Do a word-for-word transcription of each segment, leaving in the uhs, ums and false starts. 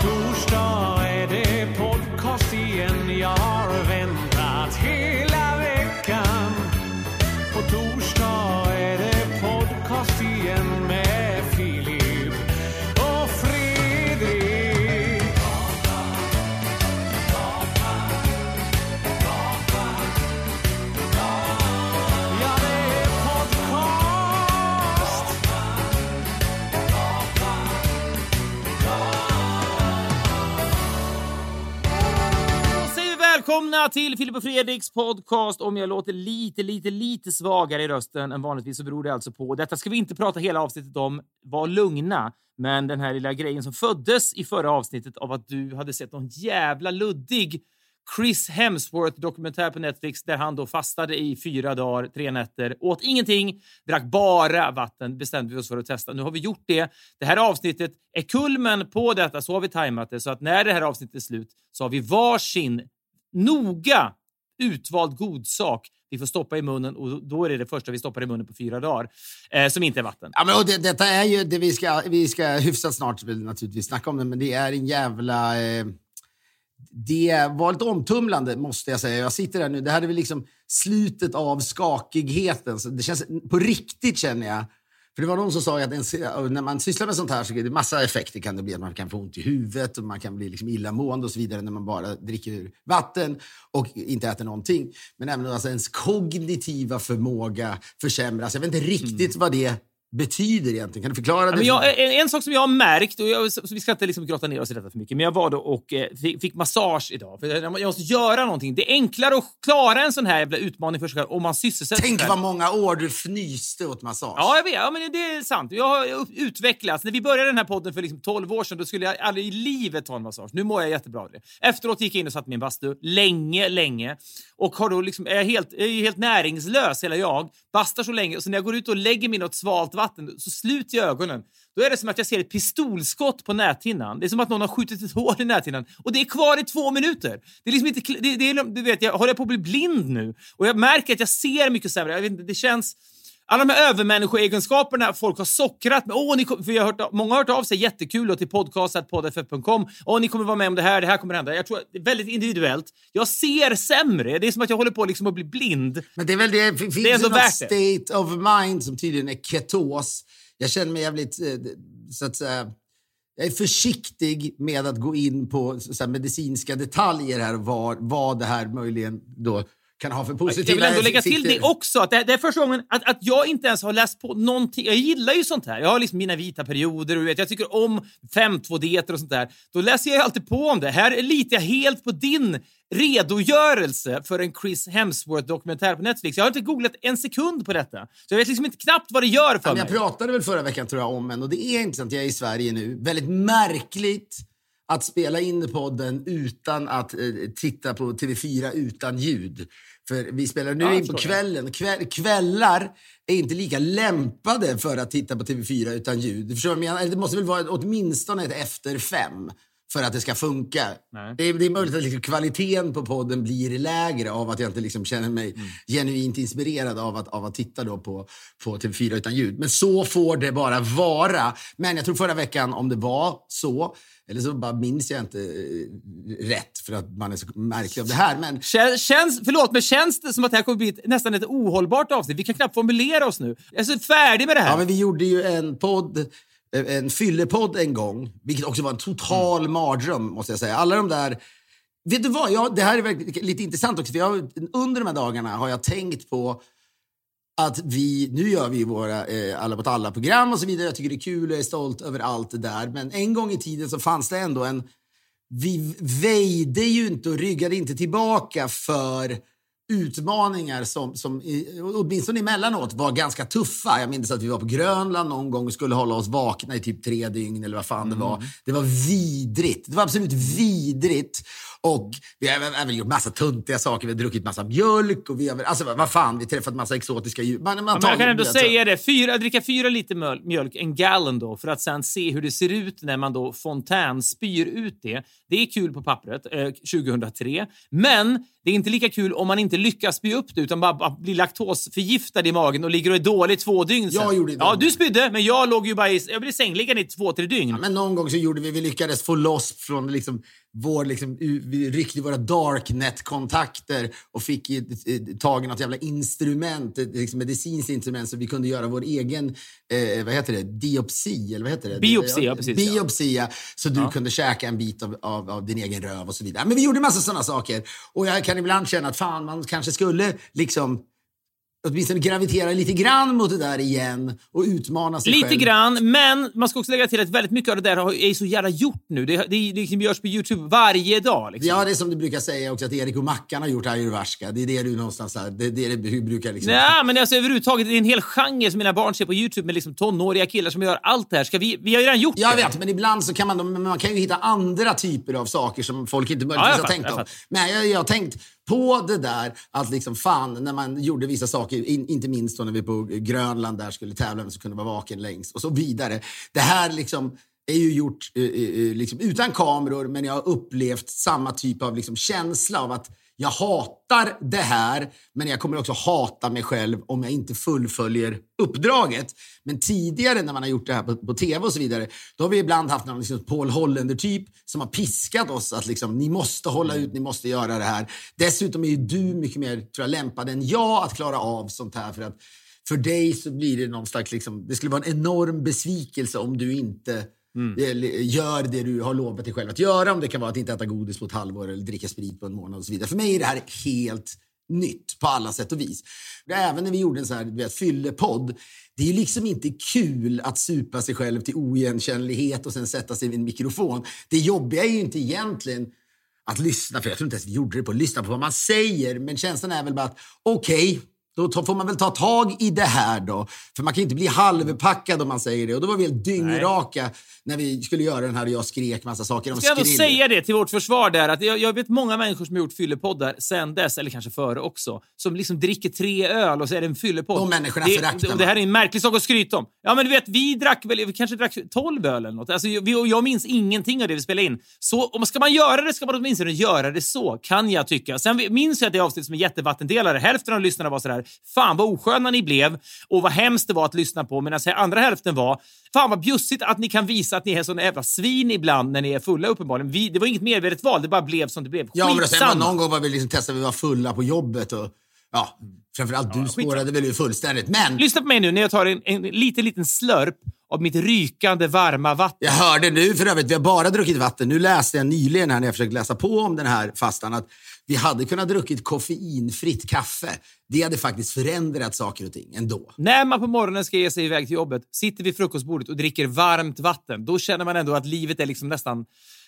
torsdag är det podcast igen. Jag har väntat hela veckan. På torsdag är det podcast igen med Filip och Fredrik. Ja, det är podcast. Säg välkomna till Filip och Fredriks podcast. Om jag låter lite, lite, lite svagare i rösten än vanligtvis så beror det alltså på. Detta ska vi inte prata hela avsnittet om. Var lugna. Men den här lilla grejen som föddes i förra avsnittet av att du hade sett någon jävla luddig Chris Hemsworth-dokumentär på Netflix där han då fastade i fyra dagar, tre nätter, åt ingenting, drack bara vatten, bestämde vi oss för att testa. Nu har vi gjort det. Det här avsnittet är kulmen på detta, så har vi tajmat det. Så att när det här avsnittet är slut så har vi varsin noga utvald god sak vi får stoppa i munnen, och då är det det första vi stoppar i munnen på fyra dagar eh, som inte är vatten. Ja, men och det, detta är ju det vi ska, vi ska hyfsat snart naturligtvis snacka om det, men det är en jävla... Eh, det var lite omtumlande, måste jag säga. Jag sitter här nu, det här är väl liksom slutet av skakigheten. Så det känns, på riktigt känner jag. För det var någon som sa att en, när man sysslar med sånt här så är det massa effekter. Kan det bli att man kan få ont i huvudet och man kan bli liksom illamående och så vidare när man bara dricker vatten och inte äter någonting. Men även alltså ens kognitiva förmåga försämras. Jag vet inte riktigt mm. vad det betyder egentligen. Kan du förklara det? Ja, men jag, en, en sak som jag har märkt, och jag, så vi ska inte liksom grotta ner oss i detta för mycket, men jag var då och eh, fick, fick massage idag. För jag, jag måste göra någonting. Det är enklare att klara en sån här jävla utmaning för sig själv om man sysselsätter. Tänk vad många år du fnyste åt massage. Ja, jag vet. Ja, men det är sant. Jag har utvecklats. När vi började den här podden för liksom tolv år sedan, då skulle jag aldrig i livet ta en massage. Nu mår jag jättebra av det. Efteråt gick jag in och satt min bastu. Länge, länge. Och har då liksom, är helt, är helt näringslös, hela jag. Bastar så länge. Och så när jag går ut och lägger mig något svalt vatten, så sluter jag ögonen. Då är det som att jag ser ett pistolskott på näthinnan. Det är som att någon har skjutit ett hål i näthinnan. Och det är kvar i två minuter. Det är liksom inte... Det, det är, du vet, jag håller på att bli blind nu. Och jag märker att jag ser mycket sämre. Jag vet inte, det känns... Alla de här övermänniskoegenskaperna folk har sockrat med. Åh, ni kom, för jag har hört, många har hört av sig jättekul och till podcast at podd f f punkt com. Åh, ni kommer vara med om det här, det här kommer hända. Jag tror att det är väldigt individuellt. Jag ser sämre. Det är som att jag håller på liksom att bli blind. Men det är väl det, det finns det är något state of mind som tydligen är ketos. Jag känner mig jävligt, så att säga, jag är försiktig med att gå in på så här, medicinska detaljer här och vad, vad det här möjligen då kan ha för positiva... Jag vill ändå lägga till det också, att det, det är första gången att, att jag inte ens har läst på någonting. Jag gillar ju sånt här. Jag har liksom mina vita perioder och vet, jag tycker om fem två-dieter och sånt där. Då läser jag alltid på om det. Här litar jag helt på din redogörelse för en Chris Hemsworth-dokumentär på Netflix. Jag har inte googlat en sekund på detta. Så jag vet liksom inte knappt vad det gör för ja, mig. Jag pratade väl förra veckan tror jag om en, och det är intressant. Jag är i Sverige nu. Väldigt märkligt att spela in podden utan att eh, titta på T V fyra utan ljud. För vi spelar nu ja, in på kvällen. Kväll, kvällar är inte lika lämpade för att titta på T V fyra utan ljud. Du förstår vad jag menar? Det måste väl vara åtminstone ett efter fem för att det ska funka. Det är, det är möjligt att liksom kvaliteten på podden blir lägre av att jag inte liksom känner mig mm. genuint inspirerad av att, av att titta då på, på T V fyra utan ljud. Men så får det bara vara. Men jag tror förra veckan, om det var så, eller så bara minns jag inte eh, rätt för att man är så märklig av det här. Men... Känns, förlåt, men känns det som att det här kommer bli ett, nästan ett ohållbart avsnitt? Vi kan knappt formulera oss nu. Jag är så färdig med det här. Ja, men vi gjorde ju en podd, en fyllepodd en gång, vilket också var en total mm. mardröm, måste jag säga. Alla de där... Vet du vad? Jag, det här är lite intressant också, för jag, under de här dagarna har jag tänkt på att vi, nu gör vi våra eh, alla mot alla program och så vidare. Jag tycker det är kul och jag är stolt över allt det där. Men en gång i tiden så fanns det ändå en... Vi väjde ju inte och ryggade inte tillbaka för utmaningar som, som åtminstone emellanåt var ganska tuffa. Jag minns att vi var på Grönland någon gång och skulle hålla oss vakna i typ tre dygn eller vad fan mm. det var. Det var vidrigt. Det var absolut vidrigt. Och vi har även gjort massa tuntiga saker. Vi har druckit massa mjölk och vi har, alltså vad fan, vi har träffat massa exotiska djur. Man, man ja, jag kan ändå säga det. Fyra, dricka fyra liter mjölk, en gallon då, för att sen se hur det ser ut när man då fontän spyr ut det. Det är kul på pappret eh, tjugohundratre. Men det är inte lika kul om man inte lyckas spy upp det utan bara, bara bli laktosförgiftad i magen och ligger och är dålig två dygn sen. Jag gjorde det. Ja, du spydde, men jag låg ju bara i, jag blev sängliggande i två, tre dygn. Ja, men någon gång så gjorde vi, vi lyckades få loss från liksom vår, liksom, vi ryckte våra darknet-kontakter och fick i, i, tag i något jävla instrument, ett liksom medicinskt instrument, så vi kunde göra vår egen, eh, vad heter det, diopsi, eller vad heter det? Biopsi, ja, precis. Biopsi, ja. Så du ja. kunde käka en bit av, av, av din egen röv och så vidare. Men vi gjorde massa sådana saker. Och jag kan ibland känna att fan, man kanske skulle liksom åtminstone gravitera lite grann mot det där igen och utmana sig lite själv. Lite grann, men man ska också lägga till att väldigt mycket av det där är så jävla gjort nu. Det, det, det liksom görs på YouTube varje dag. Liksom. Ja, det är som du brukar säga också, att Erik och Mackan har gjort Ayurvashka. Det är det du någonstans här, det är det du brukar liksom... Nej, men alltså överhuvudtaget, det är en hel genre som mina barn ser på YouTube med liksom tonåriga killar som gör allt det här. Ska vi, vi har ju redan gjort jag det. Jag vet, men ibland så kan man, man kan ju hitta andra typer av saker som folk inte möjligtvis ja, har tänkt om. Men jag, jag har tänkt på det där att liksom fan, när man gjorde vissa saker, in, inte minst då när vi på Grönland där skulle tävla så kunde vara vaken längst och så vidare. Det här liksom är ju gjort eh, eh, liksom utan kameror, men jag har upplevt samma typ av liksom känsla av att jag hatar det här, men jag kommer också hata mig själv om jag inte fullföljer uppdraget. Men tidigare när man har gjort det här på, på tv och så vidare, då har vi ibland haft någon liksom Paul Hollander-typ som har piskat oss att liksom, ni måste hålla ut, ni måste göra det här. Dessutom är ju du mycket mer, tror jag, lämpad än jag att klara av sånt här, för att för dig så blir det någon slags, liksom, det skulle vara en enorm besvikelse om du inte Mm. gör det du har lovat dig själv att göra, om det kan vara att inte äta godis på ett halvår eller dricka sprit på en månad och så vidare. För mig är det här helt nytt på alla sätt och vis. Även när vi gjorde en så här, du vet, fyllepodd, det är ju liksom inte kul att supa sig själv till oigenkännlighet och sen sätta sig vid en mikrofon. Det jobbiga är ju inte egentligen att lyssna, för jag tror inte ens vi gjorde det på att lyssna på vad man säger, men känslan är väl bara att okej, okay, då får man väl ta tag i det här då. För man kan inte bli halvpackad om man säger det. Och då var vi helt dyngraka Nej. när vi skulle göra den här och jag skrek massa saker om skrill. Ska jag skrill. då säga det till vårt försvar där, att jag, jag vet många människor som har gjort fyllepoddar sen dess, eller kanske före också, som liksom dricker tre öl och så är det en fyllepodd. De människorna det, föraktar och det här är en märklig sak att skryta om. Ja, men du vet, vi drack väl, vi kanske drack tolv öl eller något. Alltså, vi, och jag minns ingenting av det vi spelade in. Så om ska man göra det, ska man åtminstone göra det så, kan jag tycka. Sen minns jag att det avsnitt som är jättevattendelare. Hälften av lyssnarna var så där, fan vad osköna ni blev och vad hemskt det var att lyssna på, medan andra hälften var, fan vad bjussigt att ni kan visa att ni är såna jävla svin ibland när ni är fulla uppenbarligen. Vi, det var inget medvetet val, det bara blev som det blev. Ja, men sen var någon gång var vi liksom testade, vi var fulla på jobbet och ja, framförallt ja, du spårade väl ju fullständigt. Men lyssna på mig nu när jag tar en, en liten, liten slörp av mitt rykande varma vatten. Jag hörde nu för övrigt, vi har bara druckit vatten. Nu läste jag nyligen här när jag försökte läsa på om den här fastan att vi hade kunnat druckit koffeinfritt kaffe. Det hade faktiskt förändrat saker och ting ändå. När man på morgonen ska ge sig iväg till jobbet, sitter vid frukostbordet och dricker varmt vatten, då känner man ändå att livet är liksom nästan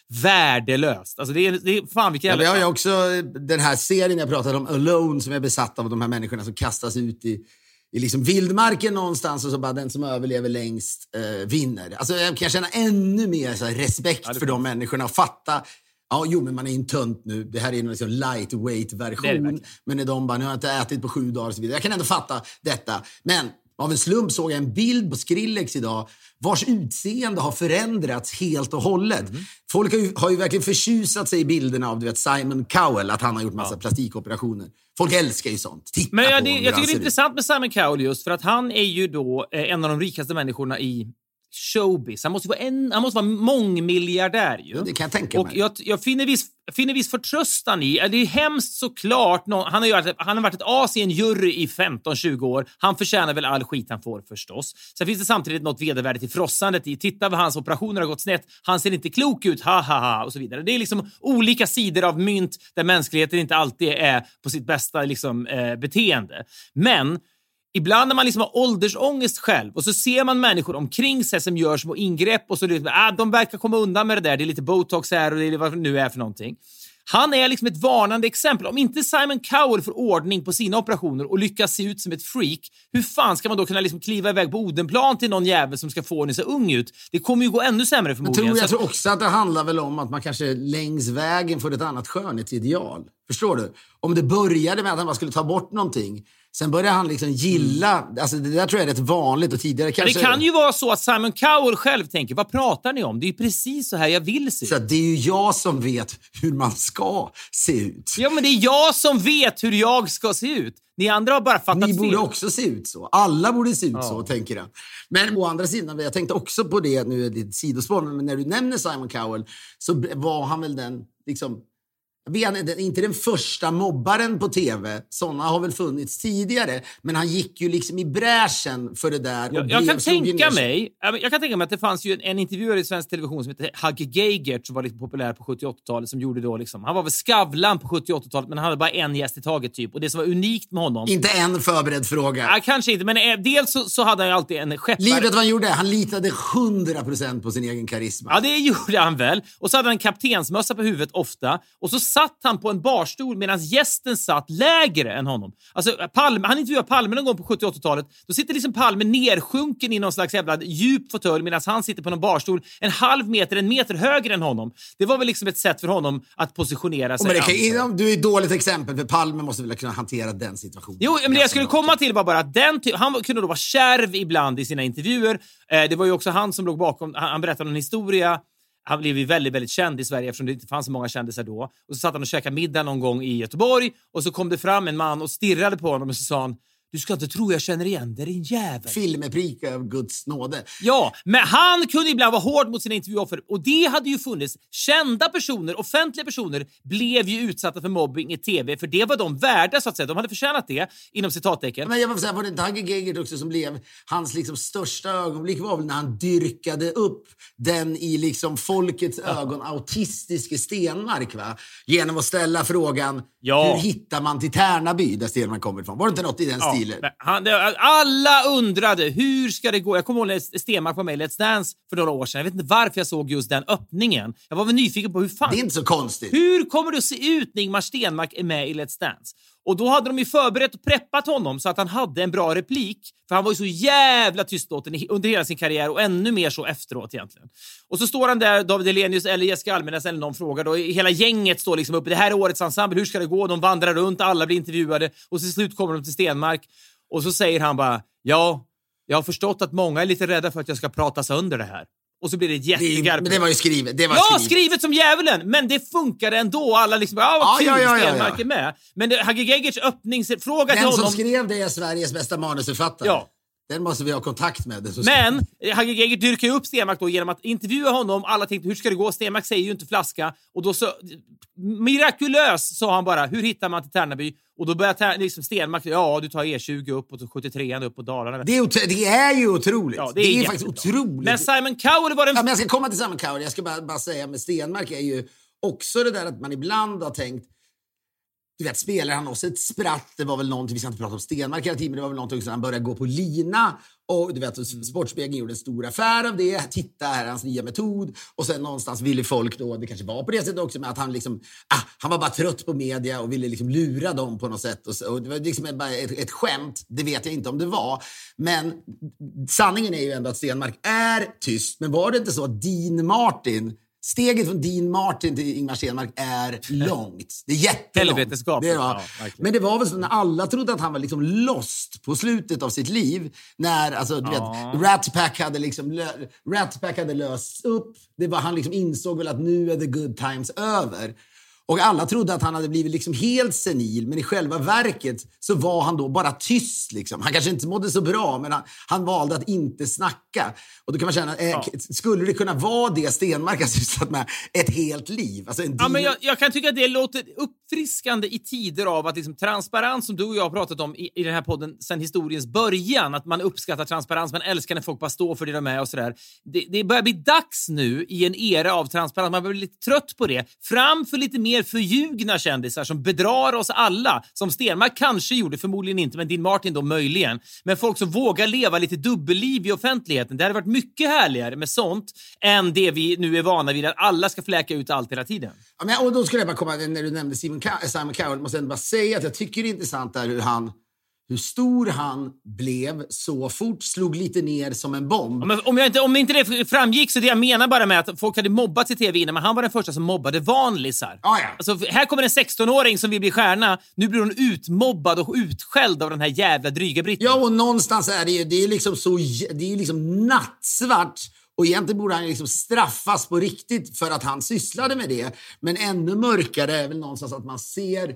värdelöst. Alltså det är, det är fan vilka... Ja, vi har ju också den här serien jag pratade om, Alone, som är besatt av de här människorna som kastas ut i i liksom vildmarken någonstans och så bara den som överlever längst eh, vinner. Alltså jag kan känna ännu mer så här, respekt ja, för de människorna och fatta, ja jo men man är en tönt nu, det här är en liksom lightweight version, men när de bara, nu har jag inte ätit på sju dagar och så vidare. Jag kan ändå fatta detta, men av en slump såg jag en bild på Skrillex idag vars utseende har förändrats helt och hållet. Mm. Folk har ju, har ju verkligen förtjusat sig i bilderna av du vet, Simon Cowell, att han har gjort massa ja. plastikoperationer. Folk älskar ju sånt. Titta Men ja, på det, jag tycker det är intressant med Simon Cowell just för att han är ju då eh, en av de rikaste människorna i showbiz. Han måste vara, en, han måste vara mångmiljardär ju. Ja, det kan jag tänka och mig. Jag, jag finner viss, finner viss förtröstan i. Det är hemskt såklart. Någon, han, har ju, han har varit ett as i en jury i femton tjugo år. Han förtjänar väl all skit han får förstås. Sen finns det samtidigt något vedervärdigt i frossandet i. Titta vad hans operationer har gått snett. Han ser inte klok ut. Ha ha ha och så vidare. Det är liksom olika sidor av mynt där mänskligheten inte alltid är på sitt bästa liksom, eh, beteende. Men ibland när man liksom har åldersångest själv och så ser man människor omkring sig som gör små ingrepp och så liksom, ah, de verkar komma undan med det där. Det är lite botox här och det är vad det nu är för någonting. Han är liksom ett varnande exempel. Om inte Simon Cowell får ordning på sina operationer och lyckas se ut som ett freak, hur fan ska man då kunna liksom kliva iväg på Odenplan till någon jävel som ska få en så ung ut? Det kommer ju gå ännu sämre förmodligen. Jag tror, jag tror också att det handlar väl om att man kanske längs vägen får ett annat skönhetsideal. Förstår du? Om det började med att han bara skulle ta bort någonting, Sen började han liksom gilla, mm. alltså det där tror jag är rätt vanligt och tidigare kanske... Det kan ju vara så att Simon Cowell själv tänker, vad pratar ni om? Det är ju precis så här jag vill se ut. Så det är ju jag som vet hur man ska se ut. Ja, men det är jag som vet hur jag ska se ut. Ni andra har bara fattat fel. Ni borde fel. också se ut så. Alla borde se ut ja. så, tänker jag. Men å andra sidan, jag tänkte också på det, nu är det ett sidospår, men när du nämner Simon Cowell så var han väl den, liksom... inte den första mobbaren på tv. Såna har väl funnits tidigare. Men han gick ju liksom i bräschen för det där. Jag, jag, kan tänka mig, jag kan tänka mig att det fanns ju en, en intervjuare i svensk television som heter Hagge Geigert som var liksom populär på sjuttio- och åttiotalet. Som gjorde då liksom, han var väl Skavlan på sjuttio- och åttiotalet, men han hade bara en gäst i taget typ. Och det som var unikt med honom... Inte en förberedd fråga. Ja, kanske inte, men eh, dels så, så hade han ju alltid en skeppare. Livet vad han gjorde, han litade hundra procent på sin egen karisma. Ja, det gjorde han väl. Och så hade han en kaptensmössa på huvudet ofta. Och så satt han på en barstol medan gästen satt lägre än honom. Alltså, Palme, han intervjuade Palme någon gång på sjuttio- och åttiotalet. Då sitter liksom Palme nersjunken i någon slags jävla djup fåtölj medan han sitter på någon barstol en halv meter, en meter högre än honom. Det var väl liksom ett sätt för honom att positionera sig. Men det kan, du är ett dåligt exempel, för Palme måste väl kunna hantera den situationen. Jo, men det jag skulle komma till var bara att den ty- han kunde då vara kärv ibland i sina intervjuer. Eh, det var ju också han som låg bakom, han, han berättade en historia. Han blev ju väldigt, väldigt känd i Sverige eftersom det inte fanns så många kändisar då. Och så satt han och käkade middag någon gång i Göteborg. Och så kom det fram en man och stirrade på honom och så sa han: du ska inte tro jag känner igen det, din jävel. Filmprika av Guds nåde. Ja, men han kunde ibland vara hård mot sina intervjuoffer. Och det hade ju funnits. Kända personer, offentliga personer blev ju utsatta för mobbing i tv. För det var de värda så att säga. De hade förtjänat det, inom citattecken. Men jag vill säga, var det inte Hagge Geigert också som blev hans liksom största ögonblick var väl när han dyrkade upp den i liksom folkets ja. ögon autistiske Stenmark, va? Genom att ställa frågan, ja. hur hittar man till Tärnaby där Stenmark kommer ifrån? Var det inte något i den ja. stilen? Han, det, alla undrade, hur ska det gå? Jag kommer ihåg när Stenmark var med i Let's Dance för några år sedan. Jag vet inte varför jag såg just den öppningen. Jag var väl nyfiken på hur fan... Det är inte så konstigt. Hur kommer det att se ut när Ingmar Stenmark är med i Let's Dance? Och då hade de ju förberett och preppat honom så att han hade en bra replik. För han var ju så jävla tystlåten under hela sin karriär och ännu mer så efteråt egentligen. Och så står han där, David Hellenius eller Jessica Almenäs eller någon frågar då. Hela gänget står liksom uppe. Det här är årets ensemble, hur ska det gå? De vandrar runt, alla blir intervjuade. Och till slut kommer de till Stenmark. Och så säger han bara, ja, jag har förstått att många är lite rädda för att jag ska prata sönder det här. Och så blir det ett jättegarp. Men det var ju skrivet. Det var ja, skrivet. skrivet som djävulen. Men det funkade ändå. Alla liksom, ja, vad kul, ja, ja, Stenmark ja, ja. är med. Men det, Hagge Geigerts öppningsfråga till honom... honom... Den som skrev det är Sveriges bästa manusförfattare. Ja. Den måste vi ha kontakt med. Det men Hagge Geigert dyrkar ju upp Stenmark då genom att intervjua honom. Alla tänkte, hur ska det gå? Stenmark säger ju inte flaska. Och då så... Mirakulös sa han bara, hur hittar man till Tärnaby? Och då börjar liksom Stenmark, ja, du tar E tjugo upp och sjuttiotrean upp på Dalarna. Det är, det är ju otroligt. Ja, det är, det är faktiskt otroligt. Men Simon Cowell var den... Ja, men jag ska komma till Simon Cowell. Jag ska bara, bara säga, med Stenmark är ju också det där att man ibland har tänkt, du vet, spelar han också ett spratt? Det var väl någonting, vi ska inte prata om Stenmark hela tiden, men det var väl någonting som han började gå på lina. Och du vet, Sportspegeln gjorde en stor affär av det. Titta, här är hans nya metod. Och sen någonstans ville folk då, det kanske var på det sättet också, med att han liksom, ah, han var bara trött på media och ville liksom lura dem på något sätt. Och, så, och det var liksom bara ett, ett skämt, det vet jag inte om det var. Men sanningen är ju ändå att Stenmark är tyst. Men var det inte så att Dean Martin... Steget från Dean Martin till Ingmar Stenmark är långt. Det är jättelångt. Det var, ja, men det var väl så när alla trodde att han var liksom lost på slutet av sitt liv. När alltså, du ja. vet, Rat Pack hade, liksom, lö- Rat Pack hade lösts upp. Det var, han liksom insåg väl att nu är the good times över. Och alla trodde att han hade blivit liksom helt senil. Men i själva verket så var han då bara tyst. Liksom. Han kanske inte mådde så bra, men han, han valde att inte snacka. Och då kan man känna, eh, ja. skulle det kunna vara det Stenmark har sysslat med ett helt liv? Alltså en ja, men jag, jag kan tycka att det låter uppfriskande i tider av att liksom, transparens, som du och jag har pratat om i, i den här podden sedan historiens början. Att man uppskattar transparens, man älskar när folk bara står för det de är och sådär. Det, det börjar bli dags nu i en era av transparens. Man börjar bli lite trött på det. Framför lite mer förljugna kändisar som bedrar oss alla. Som Stenmark kanske gjorde, förmodligen inte, men Dean Martin då möjligen. Men folk som vågar leva lite dubbelliv i offentligheten. Det hade varit mycket härligare med sånt än det vi nu är vana vid, att alla ska fläka ut allt hela tiden. Ja, men, och då skulle jag bara komma, när du nämnde Simon, Ka- Simon Cowell, måste jag bara säga att jag tycker det är intressant där hur han hur stor han blev så fort, slog lite ner som en bomb. Ja, men om, jag inte, om inte det framgick så det jag menar bara med att folk hade mobbat i tv innan, men han var den första som mobbade vanlisar. Ah, ja. Alltså, här kommer en sexton-åring som vill bli stjärna. Nu blir hon utmobbad och utskälld av den här jävla dryga britten. Ja, och någonstans är det ju, det är liksom så, det är liksom nattsvart. Och egentligen borde han liksom straffas på riktigt för att han sysslade med det. Men ännu mörkare är väl någonstans att man ser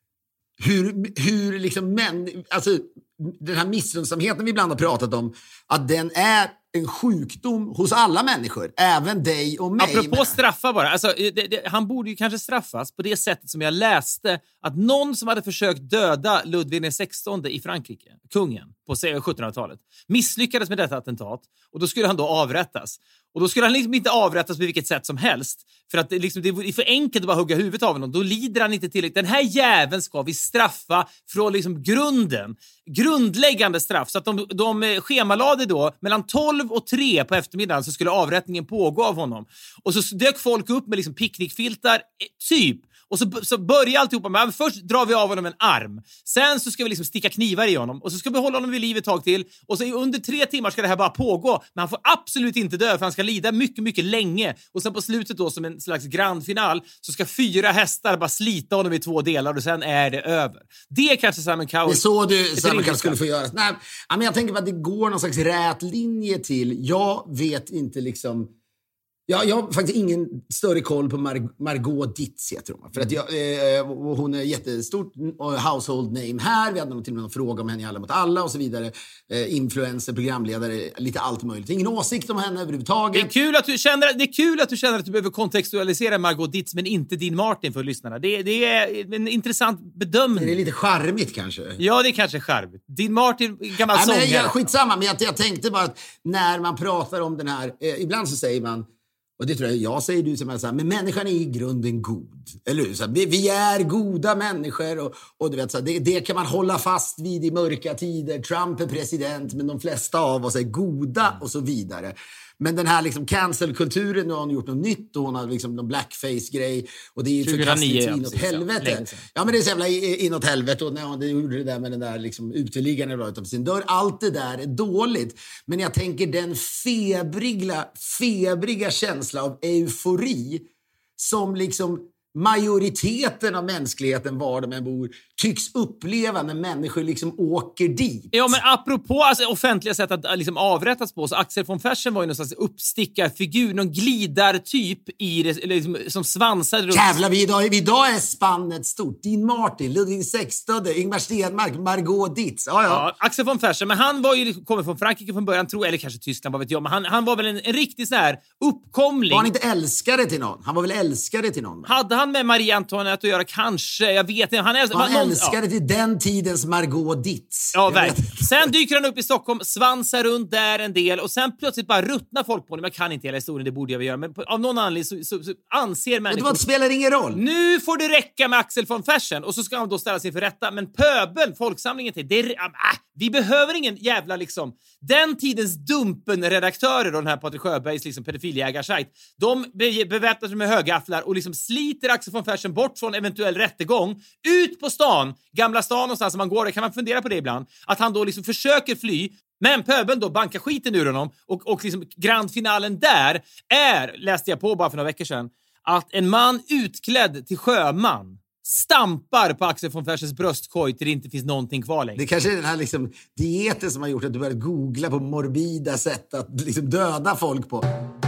hur, hur liksom män, alltså den här missunnsamheten vi ibland har pratat om, att den är en sjukdom hos alla människor, även dig och mig. Apropå men... straffa bara, alltså, det, det, han borde ju kanske straffas på det sättet som jag läste att någon som hade försökt döda Ludvig den sextonde i Frankrike, kungen på sjuttonhundratalet, misslyckades med detta attentat och då skulle han då avrättas. Och då skulle han liksom inte avrättas på vilket sätt som helst. För att det, liksom, det är för enkelt att bara hugga huvudet av honom. Då lider han inte tillräckligt. Den här jäveln ska vi straffa från liksom grunden. Grundläggande straff. Så att de, de schemalade då mellan tolv och tre på eftermiddagen så skulle avrättningen pågå av honom. Och så dök folk upp med liksom picknickfiltar, typ. Och så, så börjar alltihopa med, men först drar vi av honom en arm. Sen så ska vi liksom sticka knivar i honom. Och så ska vi hålla honom vid liv ett tag till. Och så under tre timmar ska det här bara pågå. Men han får absolut inte dö, för han ska lida mycket, mycket länge. Och sen på slutet då, som en slags grand final, så ska fyra hästar bara slita honom i två delar. Och sen är det över. Det är kanske Simon Cowell. Det är så du, Simon Cowell skulle få göra. Nej, men jag tänker på att det går någon slags rät linje till. Jag vet inte liksom... Ja, jag har faktiskt ingen större koll på Mar- Margot Dietz, jag tror. För att jag, eh, hon är jättestort household name här. Vi hade nog till och med en fråga om henne i Alla mot alla och så vidare. Eh, influencer, programledare, lite allt möjligt. Ingen åsikt om henne överhuvudtaget. Det är kul att du känner, det är kul att du känner att du behöver kontextualisera Margot Dietz, men inte Dean Martin för lyssnarna. Det, det är en intressant bedömning. Det är lite charmigt kanske. Ja, det är kanske charmigt. Dean Martin, gammal ja, sångare. Jag, skitsamma, men jag, jag tänkte bara att när man pratar om den här... Eh, ibland så säger man... Och det tror jag, jag säger du som är så här, men människan är i grunden god. Eller hur? Så här, vi, vi är goda människor och, och du vet, så här, det, det kan man hålla fast vid i mörka tider. Trump är president, men de flesta av oss är goda och så vidare. Men den här liksom cancel-kulturen, nu har hon gjort något nytt och hon har liksom någon blackface-grej och det är förkastligt ja, inåt helvete. Ja, men det är så jävla inåt helvete och när hon gjorde det där med den där liksom uteliggaren utanför sin dörr. Allt det där är dåligt. Men jag tänker den febriga, febriga känsla av eufori som liksom majoriteten av mänskligheten, var de än bor, tycks uppleva när människor liksom åker dit. Ja, men apropå alltså, offentliga sätt att liksom avrättas på, så Axel von Fersen var ju någonstans uppstickarfigur, någon glidartyp i det, liksom, som svansade runt. Jävlar, vi idag, idag är spannet stort. Dean Martin, Ludvig sextonde, Ingmar Stenmark, Margot Dietz. Ja, ja. Ja, Axel von Fersen, men han var ju kommer från Frankrike från början, tror, eller kanske Tyskland, vad vet jag, men han, han var väl en, en riktig sån här uppkomling. Var han inte älskare till någon? Han var väl älskare till någon? Hade han med Marie Antoinette att göra? Kanske, jag vet inte. Han är han någon, älskade ja. till den tidens Margot Dietz. Ja, verkligen. Sen dyker han upp i Stockholm, svansar runt där en del och sen plötsligt bara ruttnar folk på honom. Jag kan inte hela historien, det borde jag väl göra, men på, av någon anledning så, så, så anser människor... Det spelar ingen roll. Nu får det räcka med Axel von Fersen och så ska han då ställa sig för rätta. Men pöbel, folksamlingen till, det är, äh, vi behöver ingen jävla liksom... Den tidens Dumpen-redaktörer och den här Patrik Sjöbergs liksom pedofiljägarsajt, de be- beväpnar sig med högafflar och liksom sliter Axel von Fersen bort från eventuell rättegång, ut på stan, Gamla stan någonstans som man går, det kan man fundera på det ibland, att han då liksom försöker fly, men pöbeln då bankar skiten ur honom och, och liksom grandfinalen där är, läste jag på bara för några veckor sedan, att en man utklädd till sjöman stampar på Axel von Fersens bröstkorg till det inte finns någonting kvar längre. Det kanske är den här liksom dieten som har gjort att du börjar googla på morbida sätt att liksom döda folk på.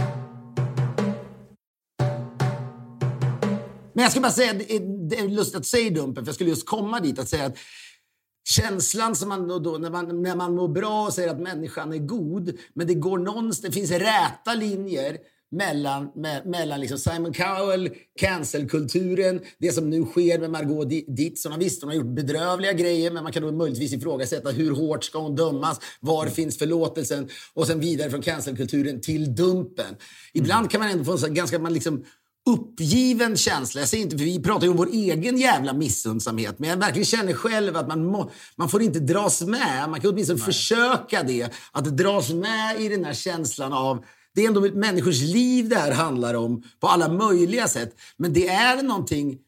Men jag ska bara säga, det är, det är lustigt att säga Dumpen, för jag skulle just komma dit att säga att känslan som man då, när man, när man mår bra och säger att människan är god, men det går någonstans, det finns räta linjer mellan, me, mellan liksom Simon Cowell, cancelkulturen, det som nu sker med Margot Dietz. Hon har visst, hon har gjort bedrövliga grejer, men man kan då möjligtvis ifrågasätta hur hårt ska hon dömas, var finns förlåtelsen, och sen vidare från cancelkulturen till Dumpen. Ibland mm. kan man ändå få en så ganska man liksom uppgiven känsla. Jag säger inte, för vi pratar ju om vår egen jävla missundsamhet, men jag verkligen känner själv att man, må, man får inte dras med. Man kan åtminstone Nej. försöka det, att dras med i den här känslan av, det är ändå människors liv det här handlar om på alla möjliga sätt, men det är någonting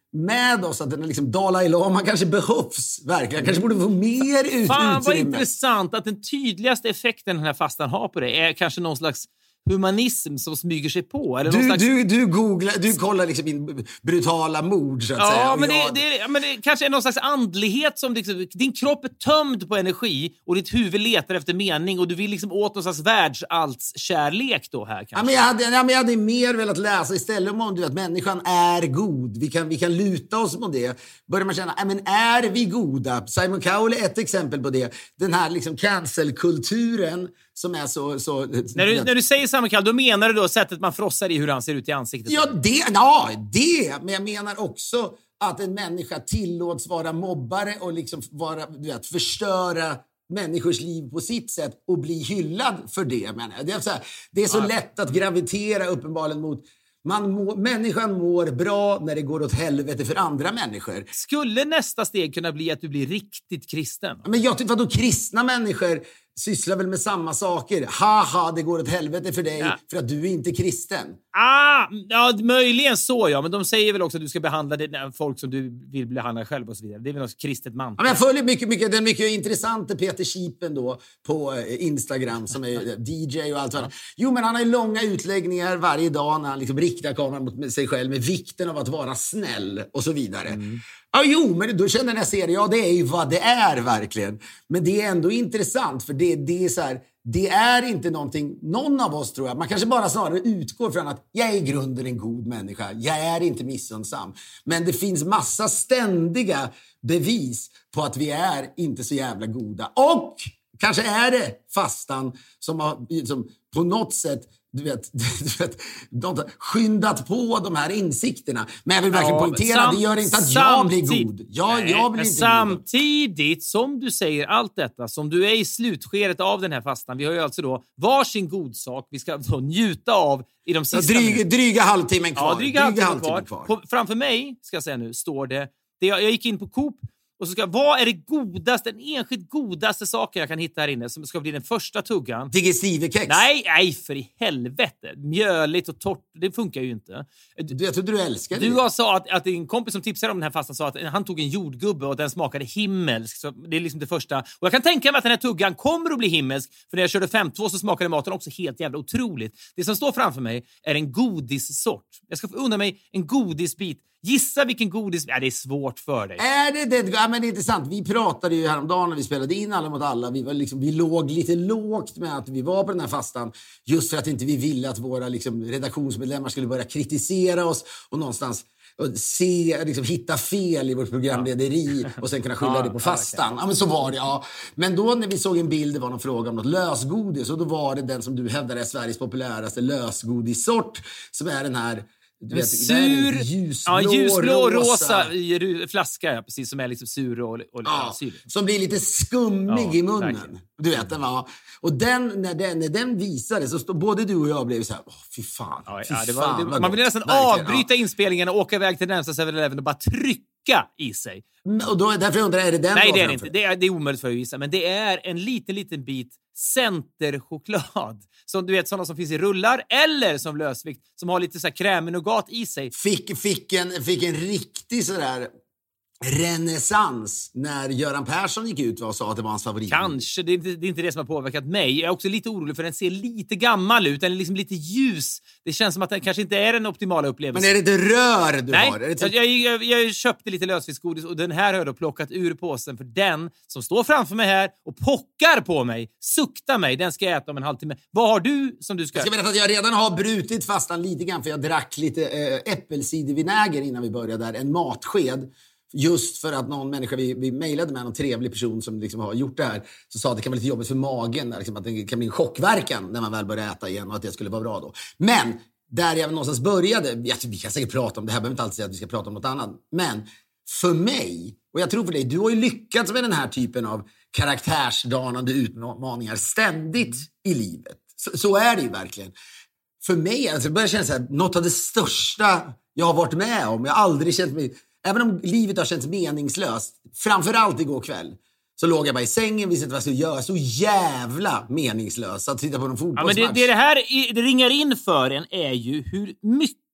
med oss att den liksom Dalai Lama kanske behövs verkligen. Kanske borde få mer ut. Fan vad utrymme. intressant att den tydligaste effekten den här fastan har på det är kanske någon slags humanism som smyger sig på. Eller någon Du, slags... du, du googlar, du kollar liksom in brutala mord så att ja, säga. Men det, jag... det, är, men det kanske är någon slags andlighet som liksom, din kropp är tömd på energi och ditt huvud letar efter mening och du vill liksom åt någon slags världsallskärlek då här kanske. Ja, men jag, hade, ja, men jag hade mer velat läsa istället om du vet, människan är god. Vi kan, vi kan luta oss på det. Börjar man känna, ja, men är vi goda? Simon Cowell är ett exempel på det. Den här liksom cancel-kulturen som är så... så när, du, när du säger Simon Cowell, då menar du då sättet man frossar i hur han ser ut i ansiktet? Ja, det, ja, det. Men jag menar också att en människa tillåts vara mobbare och liksom vara, du vet, förstöra människors liv på sitt sätt och bli hyllad för det. Men det är så, här, det är så ja. lätt att gravitera uppenbarligen mot... Man må, människan mår bra när det går åt helvete för andra människor. Skulle nästa steg kunna bli att du blir riktigt kristen? Men jag tycker att då kristna människor sysslar väl med samma saker. Haha, det går åt helvete för dig ja. för att du är inte kristen. Ah, ja, möjligen så ja. Men de säger väl också att du ska behandla det, folk som du vill behandla själv och så vidare. Det är väl något kristet mantra. Ja, men jag följer mycket, mycket, den mycket intressanta Peter Kipen då på Instagram som är D J och allt sådant. Jo, men han har ju långa utläggningar varje dag när han liksom riktar kameran mot sig själv med vikten av att vara snäll och så vidare. Mm. Ja, jo, men då känner jag ser ja, det är ju vad det är verkligen. Men det är ändå intressant för det, det är så här, det är inte någonting, någon av oss tror jag, man kanske bara snarare utgår från att jag är i grunden en god människa, jag är inte missunnsam. Men det finns massa ständiga bevis på att vi är inte så jävla goda. Och kanske är det fastan som har som på något sätt Du vet, du vet, de har skyndat på de här insikterna. Men jag vill verkligen ja, poängtera att det gör inte att jag blir god. Ja, nej, jag blir inte samtidigt god. Som du säger allt detta, som du är i slutskedet av den här fastan. Vi har ju alltså då varsin god sak vi ska då njuta av i de sista... Ja, dryga, dryga halvtimmen kvar. Ja, dryga halvtimmen, dryga halvtimmen kvar. kvar. På, framför mig, ska jag säga nu, står det... det jag, jag gick in på Coop. Och så ska, vad är det godaste, den enskilt godaste saken jag kan hitta här inne som ska bli den första tuggan? Digestive-kex? Nej, nej, för i helvete. Mjöligt och torrt, det funkar ju inte. Du, jag trodde du älskade du det. Du sa att, att din kompis som tipsade om den här fastan sa att han tog en jordgubbe och den smakade himmelsk. Så det är liksom det första. Och jag kan tänka mig att den här tuggan kommer att bli himmelsk. För när jag körde fem två så smakade maten också helt jävla otroligt. Det som står framför mig är en godissort. Jag ska få unna mig en godisbit. Gissa vilken godis... Ja, det är svårt för dig. Är det det? Ja, men det är intressant. Vi pratade ju häromdagen när vi spelade in Alla mot alla. Vi, var liksom, vi låg lite lågt med att vi var på den här fastan. Just för att inte vi ville att våra liksom, redaktionsmedlemmar skulle börja kritisera oss. Och någonstans och se, liksom, hitta fel i vårt programlederi. Ja. Och sen kunna skylla ja, det på fastan. Ja, men så var det, ja. Men då när vi såg en bild, det var någon fråga om något lösgodis. Och då var det den som du hävdar är Sveriges populäraste lösgodissort. Som är den här... Du vet, sur, ljusblå, ja, ljusblå rosa, rosa flaska, ja, precis, som är liksom sur och, och ja, syrlig. Som blir lite skummig ja, i munnen. Verkligen. Du vet, den var. Och den, när, den, när den visade så stod både du och jag blev så här, åh, fy fan. Ja, fy ja, det fan var, det, man vill nästan verkligen avbryta ja. inspelningen och åka iväg till närmsta seven eleven och bara trycka i sig. Och då, därför undrar jag, är det den? Nej, det är det inte. Det är, det är omöjligt för att visa, men det är en liten, liten bit centerchoklad. Som du vet, sådana som finns i rullar eller som lösvikt som har lite så här krämenougat i sig. Fick, fick, en, fick en riktig sådär renässans när Göran Persson gick ut och sa att det var hans favorit. Kanske, det är, inte, det är inte det som har påverkat mig. Jag är också lite orolig för den ser lite gammal ut, eller liksom lite ljus. Det känns som att den kanske inte är den optimala upplevelsen. Men är det inte rör du Nej, har? Är det typ... jag, jag, jag köpte lite lösviktsgodis och den här har jag då plockat ur påsen för den som står framför mig här och pockar på mig, suktar mig, den ska jag äta om en halvtimme. Vad har du som du ska... Jag ska berätta att jag redan har brutit fastan lite grann för jag drack lite äh, äppelcidervinäger innan vi började där, en matsked. Just för att någon människa, vi, vi mejlade med någon trevlig person som liksom har gjort det här, så sa att det kan vara lite jobbigt för magen, liksom, att det kan bli en chockverkan när man väl börjar äta igen och att det skulle vara bra då. Men där jag någonstans började, jag, vi kan säkert prata om det här, behöver inte alltid säga att vi ska prata om något annat, men för mig, och jag tror för dig, du har ju lyckats med den här typen av karaktärsdanande utmaningar ständigt i livet. Så, så är det ju verkligen. För mig, alltså, det börjar kännas så här, något av det största jag har varit med om. Jag har aldrig känt mig... Även om livet har känts meningslöst, framförallt igår kväll, så låg jag bara i sängen, visste inte vad jag skulle göra. Så jävla meningslöst att titta på någon fotbollsmatch. Ja, men det, det, det här det ringar in för en är ju hur mycket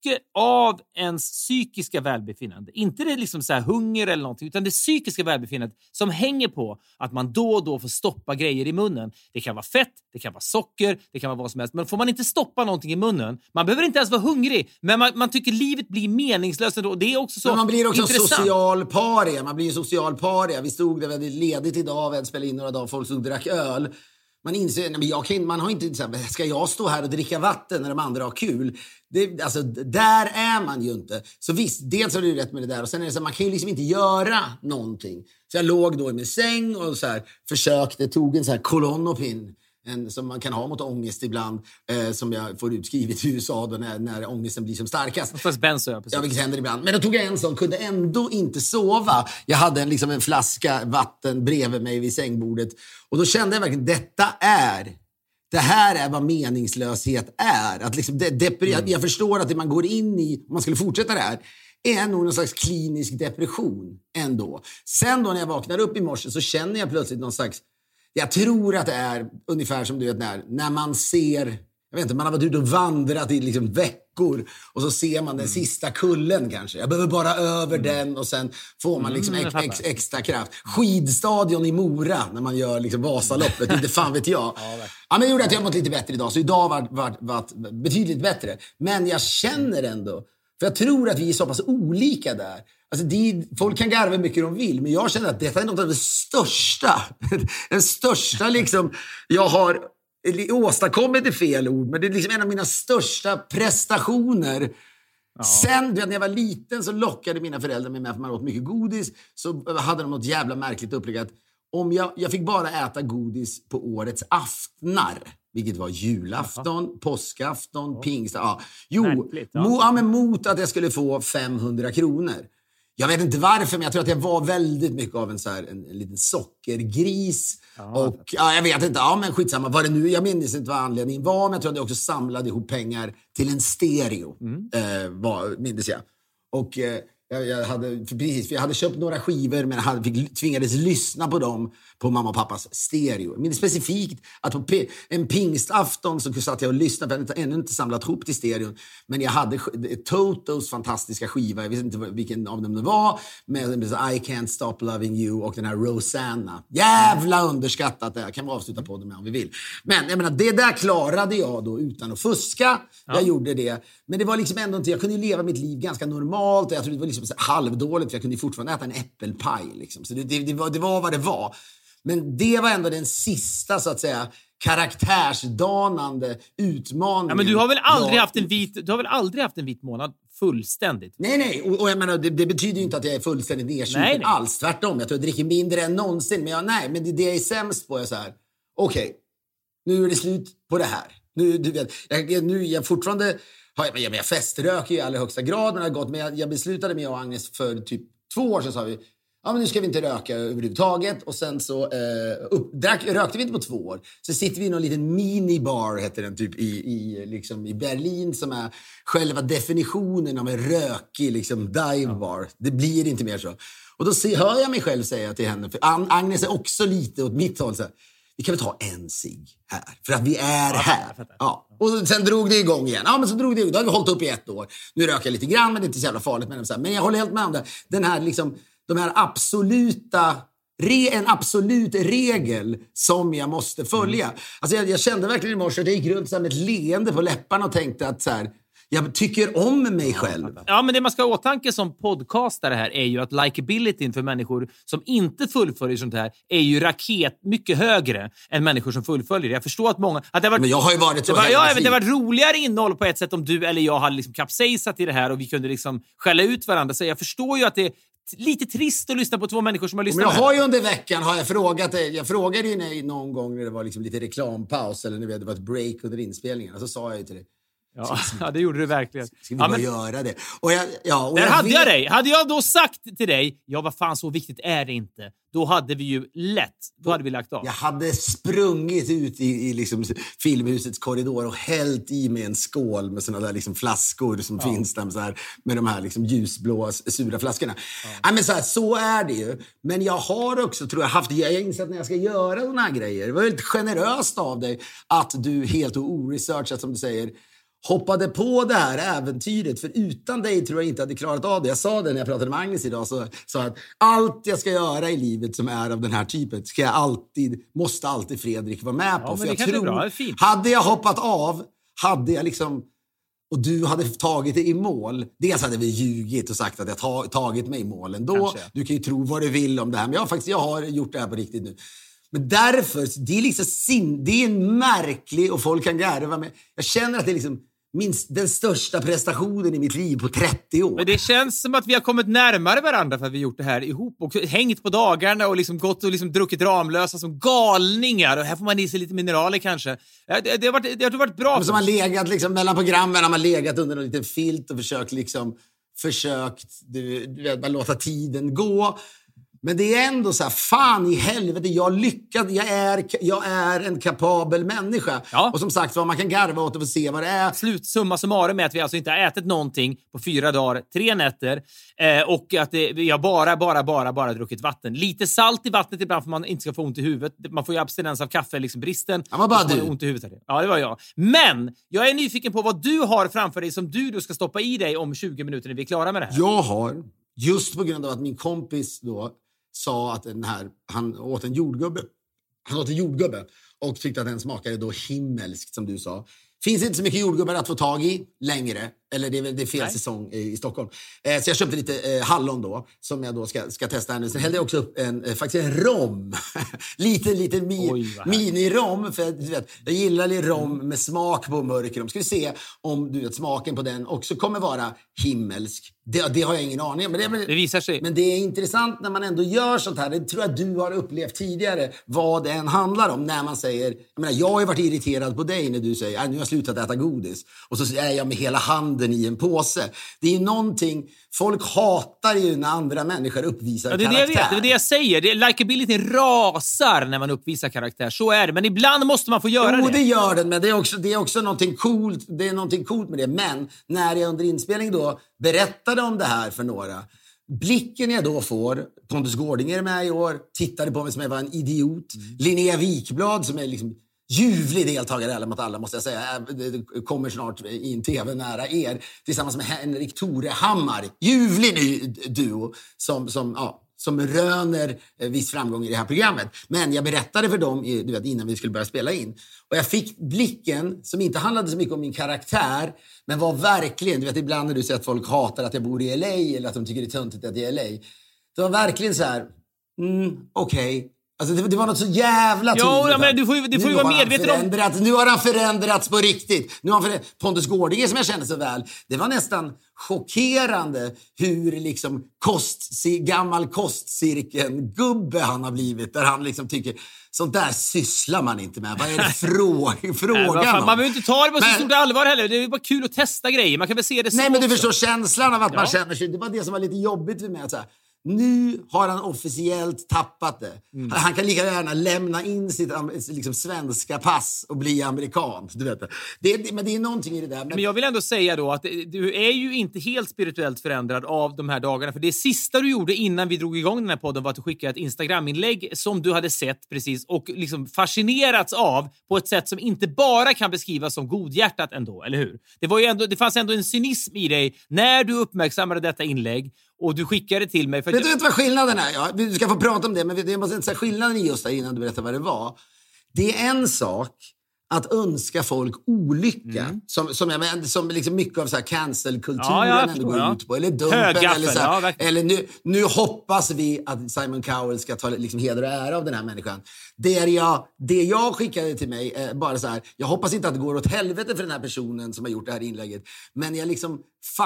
mycket av ens psykiska välbefinnande, inte det liksom så här hunger eller någonting, utan det psykiska välbefinnandet som hänger på att man då och då får stoppa grejer i munnen. Det kan vara fett, det kan vara socker, det kan vara vad som helst. Men får man inte stoppa någonting i munnen, man behöver inte ens vara hungrig, men man, man tycker livet blir meningslöst ändå. Det är också så. Men man blir också intressant. social paria. Man blir ju social paria. Vi stod där, vi hade ledigt idag, vi hade spelat in några dagar, folk stod och drack öl. Man inser, nej men jag kan, man har inte så här, ska jag stå här och dricka vatten när de andra har kul? Det, alltså, där är man ju inte. Så visst, dels har du rätt med det där. Och sen är det så här, man kan ju liksom inte göra någonting. Så jag låg då i min säng och så här, försökte, tog en så här Klonopin. En, som man kan ha mot ångest ibland, eh, som jag får utskrivet i U S A då, när, när ångesten blir som starkast. Fast benzo, ja, precis. Ja, vilket händer ibland. Men då tog jag en sån, kunde ändå inte sova. Jag hade en, liksom en flaska vatten bredvid mig vid sängbordet. Och då kände jag verkligen, detta är... Det här är vad meningslöshet är. Att liksom de, depre, mm. jag, jag förstår att det man går in i, om man skulle fortsätta det här, är nog någon slags klinisk depression ändå. Sen då när jag vaknar upp i morse så känner jag plötsligt någon slags... Jag tror att det är ungefär som du vet när, när man ser, jag vet inte, man har varit ute och vandrat i liksom veckor och så ser man den mm. sista kullen kanske. Jag behöver bara över mm. den och sen får man liksom mm, ex, ex, extra kraft. Skidstadion i Mora när man gör liksom Vasaloppet, inte fan vet jag. Ja, ja, men det gjorde att jag mått lite bättre idag, så idag var var, var betydligt bättre. Men jag känner ändå, för jag tror att vi är så pass olika där. Alltså det, folk kan garva mycket de vill, men jag känner att detta är något av det största. Den största liksom, jag har åstadkommit ett fel ord, men det är liksom en av mina största prestationer. Ja. Sen när jag var liten så lockade mina föräldrar mig med, för man åt mycket godis, så hade de något jävla märkligt upplägg att om jag, jag fick bara äta godis på årets aftnar, vilket var julafton, Jaha. påskafton, ja. pingst. Ja. Jo, Märkligt, ja. Mo, ja, men mot att jag skulle få femhundra kronor. Jag vet inte varför, men jag tror att jag var väldigt mycket av en, så här, en, en liten sockergris. Ja, och ja, jag vet inte, ja, men skitsamma. Vad det nu, jag minns inte vad anledningen var, men jag tror att jag också samlade ihop pengar till en stereo. Mm. Eh, var, minns jag. Och... Eh, Jag, jag, hade, för precis, för jag hade köpt några skivor, men jag hade, fick, tvingades lyssna på dem på mamma och pappas stereo. Men specifikt att på p- en pingstafton så satt jag och lyssnade, för jag hade ännu inte samlat ihop till stereon. Men jag hade Totos fantastiska skiva, jag visste inte vilken av dem det var, med I Can't Stop Loving You och den här Rosanna. Jävla underskattat det. Jag kan avsluta på det med om vi vill. Men jag menar, det där klarade jag då utan att fuska. Ja. Jag gjorde det. Men det var liksom ändå inte, jag kunde ju leva mitt liv ganska normalt, och jag tror det var liksom halvdåligt, för jag kunde fortfarande äta en äppelpaj liksom. Så det, det, det, var, det var vad det var. Men det var ändå den sista, så att säga, karaktärsdanande utmaningen. Ja, men du har väl aldrig jag... haft en vit, du har väl aldrig haft en vit månad fullständigt? Nej, nej. Och, och jag menar, det, det betyder ju inte att jag är fullständigt nedsupen alls. Tvärtom, jag tror jag dricker mindre än någonsin. Men jag, nej, men det, det jag är sämst på är så här. Okej, okay, nu är det slut på det här. Nu, du vet, jag, nu jag fortfarande... Jag, jag, jag feströker i allra högsta grad, men, gott, men jag, jag beslutade med och Agnes för typ två år sedan, sa vi, ja men nu ska vi inte röka överhuvudtaget. Och sen så eh, upp, drack, rökte vi inte på två år. Så sitter vi i någon liten minibar, heter den, typ i, i, liksom, i Berlin, som är själva definitionen av en rökig liksom, dive bar. Det blir inte mer så. Och då se, hör jag mig själv säga till henne, för Agnes är också lite åt mitt håll så här, vi kan väl ta en cigg här, för att vi är här. Ja. Och sen drog det igång igen. Ja, men så drog det igång. Då har vi hållit upp i ett år. Nu röker jag lite grann, men det är inte så jävla farligt. Men, så här. Men jag håller helt med om det. Den här, liksom, de här absoluta... Re, en absolut regel som jag måste följa. Mm. Alltså jag, jag kände verkligen i morse att jag gick runt så här med ett leende på läpparna och tänkte att så här... Jag tycker om mig själv. Ja, men det man ska ha åtanke som podcastare här är ju att likabilityn för människor som inte fullföljer sånt här är ju raket mycket högre än människor som fullföljer. Jag förstår att många... Att det var, men jag har ju varit så... Det var, ja, det var roligare innehåll på ett sätt om du eller jag hade liksom kapsejsat i det här och vi kunde liksom skälla ut varandra. Så jag förstår ju att det är lite trist att lyssna på två människor som har lyssnat. Men jag har ju under veckan har jag frågat dig, jag frågade ju någon gång när det var liksom lite reklampaus eller när det var ett break under inspelningen, och så sa jag ju till dig. Ja, ja, det gjorde du verkligen. Ska vi ja, bara men, göra det? Och jag, ja, och där jag hade vet... jag dig. Hade jag då sagt till dig, ja vad fan så viktigt är det inte. Då hade vi ju lätt, då hade vi lagt av. Jag hade sprungit ut i, i liksom filmhusets korridor och hällt i med en skål med såna där liksom flaskor som ja. finns där med, så här, med de här liksom ljusblåa sura flaskorna. Ja. Ja, men så, här, så är det ju. Men jag har också, tror jag, haft, jag har insett när jag ska göra såna här grejer. Det var väldigt generöst av dig att du helt och oresearchat, som du säger, hoppade på det här äventyret, för utan dig tror jag inte hade klarat av det. Jag sa det när jag pratade med Agnes idag, så sa att allt jag ska göra i livet som är av den här typen ska jag alltid, måste alltid Fredrik vara med på. Ja, för jag jag tror, bra, fint. hade jag hoppat av, hade jag liksom, och du hade tagit det i mål, dels hade vi ljugit och sagt att jag ta, tagit mig i målen då. Kanske. Du kan ju tro vad du vill om det här, men jag, faktiskt, jag har gjort det här på riktigt nu. Men därför, det är liksom sin, det är en märklig, och folk kan garva med. Jag känner att det är liksom minst den största prestationen i mitt liv på trettio år. Men det känns som att vi har kommit närmare varandra för att vi gjort det här ihop och hängt på dagarna och liksom gått och liksom druckit Ramlösa som galningar. Och här får man i sig lite mineraler kanske. Det, det, har, varit, det har varit bra. Men som har legat liksom, mellan programmen har man legat under en liten filt och försökt liksom, försökt du, du vet, bara låta tiden gå. Men det är ändå så här, fan i helvete, jag lyckades, jag är, jag är en kapabel människa. Ja. Och som sagt, man kan garva åt och se vad det är. Slutsumma summarum är att vi alltså inte har ätit någonting på fyra dagar, tre nätter. Eh, och att det, vi har bara, bara, bara, bara druckit vatten. Lite salt i vattnet ibland för man inte ska få ont i huvudet. Man får ju abstinens av kaffe, liksom bristen. Ja, var bara du. Ont i huvudet. Ja, det var jag. Men jag är nyfiken på vad du har framför dig som du då ska stoppa i dig om tjugo minuter när vi är klara med det här. Jag har, just på grund av att min kompis då sa att den här, han åt en jordgubbe. Han åt en jordgubbe och tyckte att den smakade då himmelskt, som du sa. Finns inte så mycket jordgubbar att få tag i längre. Eller det är väl det är fel Nej. säsong i, i Stockholm. Eh, så jag köpte lite eh, hallon då, som jag då ska, ska testa här nu. Sen hällde jag också upp en, eh, faktiskt en rom. lite, lite mi, mini-rom. För du vet, jag gillar lite rom med smak på mörk rom. Ska vi se om du vet, smaken på den också kommer vara himmelsk. Det, det har jag ingen aning om. Men det, det visar sig. Men det är intressant när man ändå gör sånt här. Det tror jag du har upplevt tidigare. Vad det än handlar om. När man säger, jag menar, jag har ju varit irriterad på dig när du säger, nu har jag slutat äta godis. Och så är jag med hela handen i en påse. Det är ju någonting, folk hatar ju när andra människor uppvisar ja, det är karaktär. Det, jag vet, det är det jag säger. Det är, likabilityn rasar när man uppvisar karaktär. Så är det. Men ibland måste man få göra jo, det. det gör den. Men det är också, det är också någonting coolt. Det är någonting coolt med det. Men när jag under inspelning då berättade om det här för några, blicken jag då får, Pontus Gårdinger är med i år, tittade på mig som jag var en idiot. Mm. Linnea Wikblad som är liksom ljuvlig deltagare alla mot alla, måste jag säga. Det kommer snart i en tv nära er. Tillsammans med Henrik Torehammar. Ljuvlig ny duo som, som, ja, som röner viss framgång i det här programmet. Men jag berättade för dem du vet, innan vi skulle börja spela in. Och jag fick blicken som inte handlade så mycket om min karaktär, men var verkligen, du vet ibland när du säger att folk hatar att jag bor i L A eller att de tycker det är töntigt att jag är i L A. Det var verkligen så här, mm, okej. Okay. Alltså det, det var något så jävla tydligt. Jo, ja, men du får ju, du får ju vara medveten om... Nu har han förändrats på riktigt. Nu har han förändrats. Pontus Gårdinger som jag kände så väl. Det var nästan chockerande hur liksom kost, gammal kostcirkeln-gubbe han har blivit. Där han liksom tycker, sånt där sysslar man inte med. Vad är det fråga, frågan Nej, om? Man behöver inte ta det på så men, stort allvar heller. Det är bara kul att testa grejer. Man kan väl se det så. Nej, men du också. förstår känslan av att ja. man känner sig. Det var det som var lite jobbigt för mig att säga. Nu har han officiellt tappat det. Mm. Han kan lika gärna lämna in sitt liksom, svenska pass och bli amerikan. Du vet det. Det, det, men det är någonting i det där. Men... men jag vill ändå säga då att du är ju inte helt spirituellt förändrad av de här dagarna. För det sista du gjorde innan vi drog igång den här podden var att du skickade ett Instagram-inlägg som du hade sett precis och liksom fascinerats av på ett sätt som inte bara kan beskrivas som godhjärtat ändå, eller hur? Det, var ju ändå, det fanns ändå en cynism i dig när du uppmärksammade detta inlägg och du skickade till mig. För vet du inte vad skillnaden är? Ja, du ska få prata om det, men jag måste inte säga skillnaden i just det innan du berättar vad det var. Det är en sak att önska folk olycka. Mm. Som, som, jag, som liksom mycket av så här cancel-kulturen ja, ja, ändå går ja. ut på. Eller dumpen. Högaffel, eller så här, ja, eller nu, nu hoppas vi att Simon Cowell ska ta liksom heder och ära av den här människan. Det, är jag, det jag skickade till mig är bara så här. Jag hoppas inte att det går åt helvete för den här personen som har gjort det här inlägget. Men jag liksom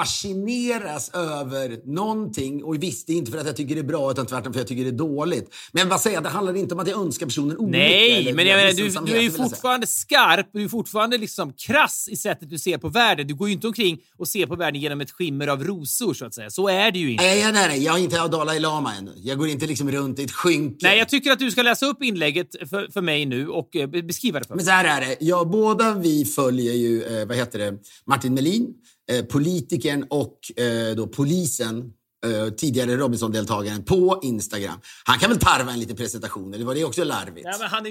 fascineras över någonting. Och visst, det är inte för att jag tycker det är bra utan tvärtom för att jag tycker det är dåligt. Men jag bara säga att det handlar inte om att jag önskar personen olycka. Nej, eller, men jag menar, du, du är ju fortfarande skarp. Du är fortfarande liksom krass i sättet du ser på världen. Du går ju inte omkring och ser på världen genom ett skimmer av rosor, så att säga. Så är det ju inte. Nej, nej, nej. Jag är inte Dalai Lama ännu. Jag går inte liksom runt i ett skynke. Nej, jag tycker att du ska läsa upp inlägget för, för mig nu och eh, beskriva det för mig. Men så här är det. Ja, båda vi följer ju, eh, vad heter det, Martin Melin, eh, politikern och eh, då polisen. Uh, tidigare Robinson-deltagaren på Instagram. Han kan väl tarva en liten presentation, eller var det också larvigt? Ja, men han är ju,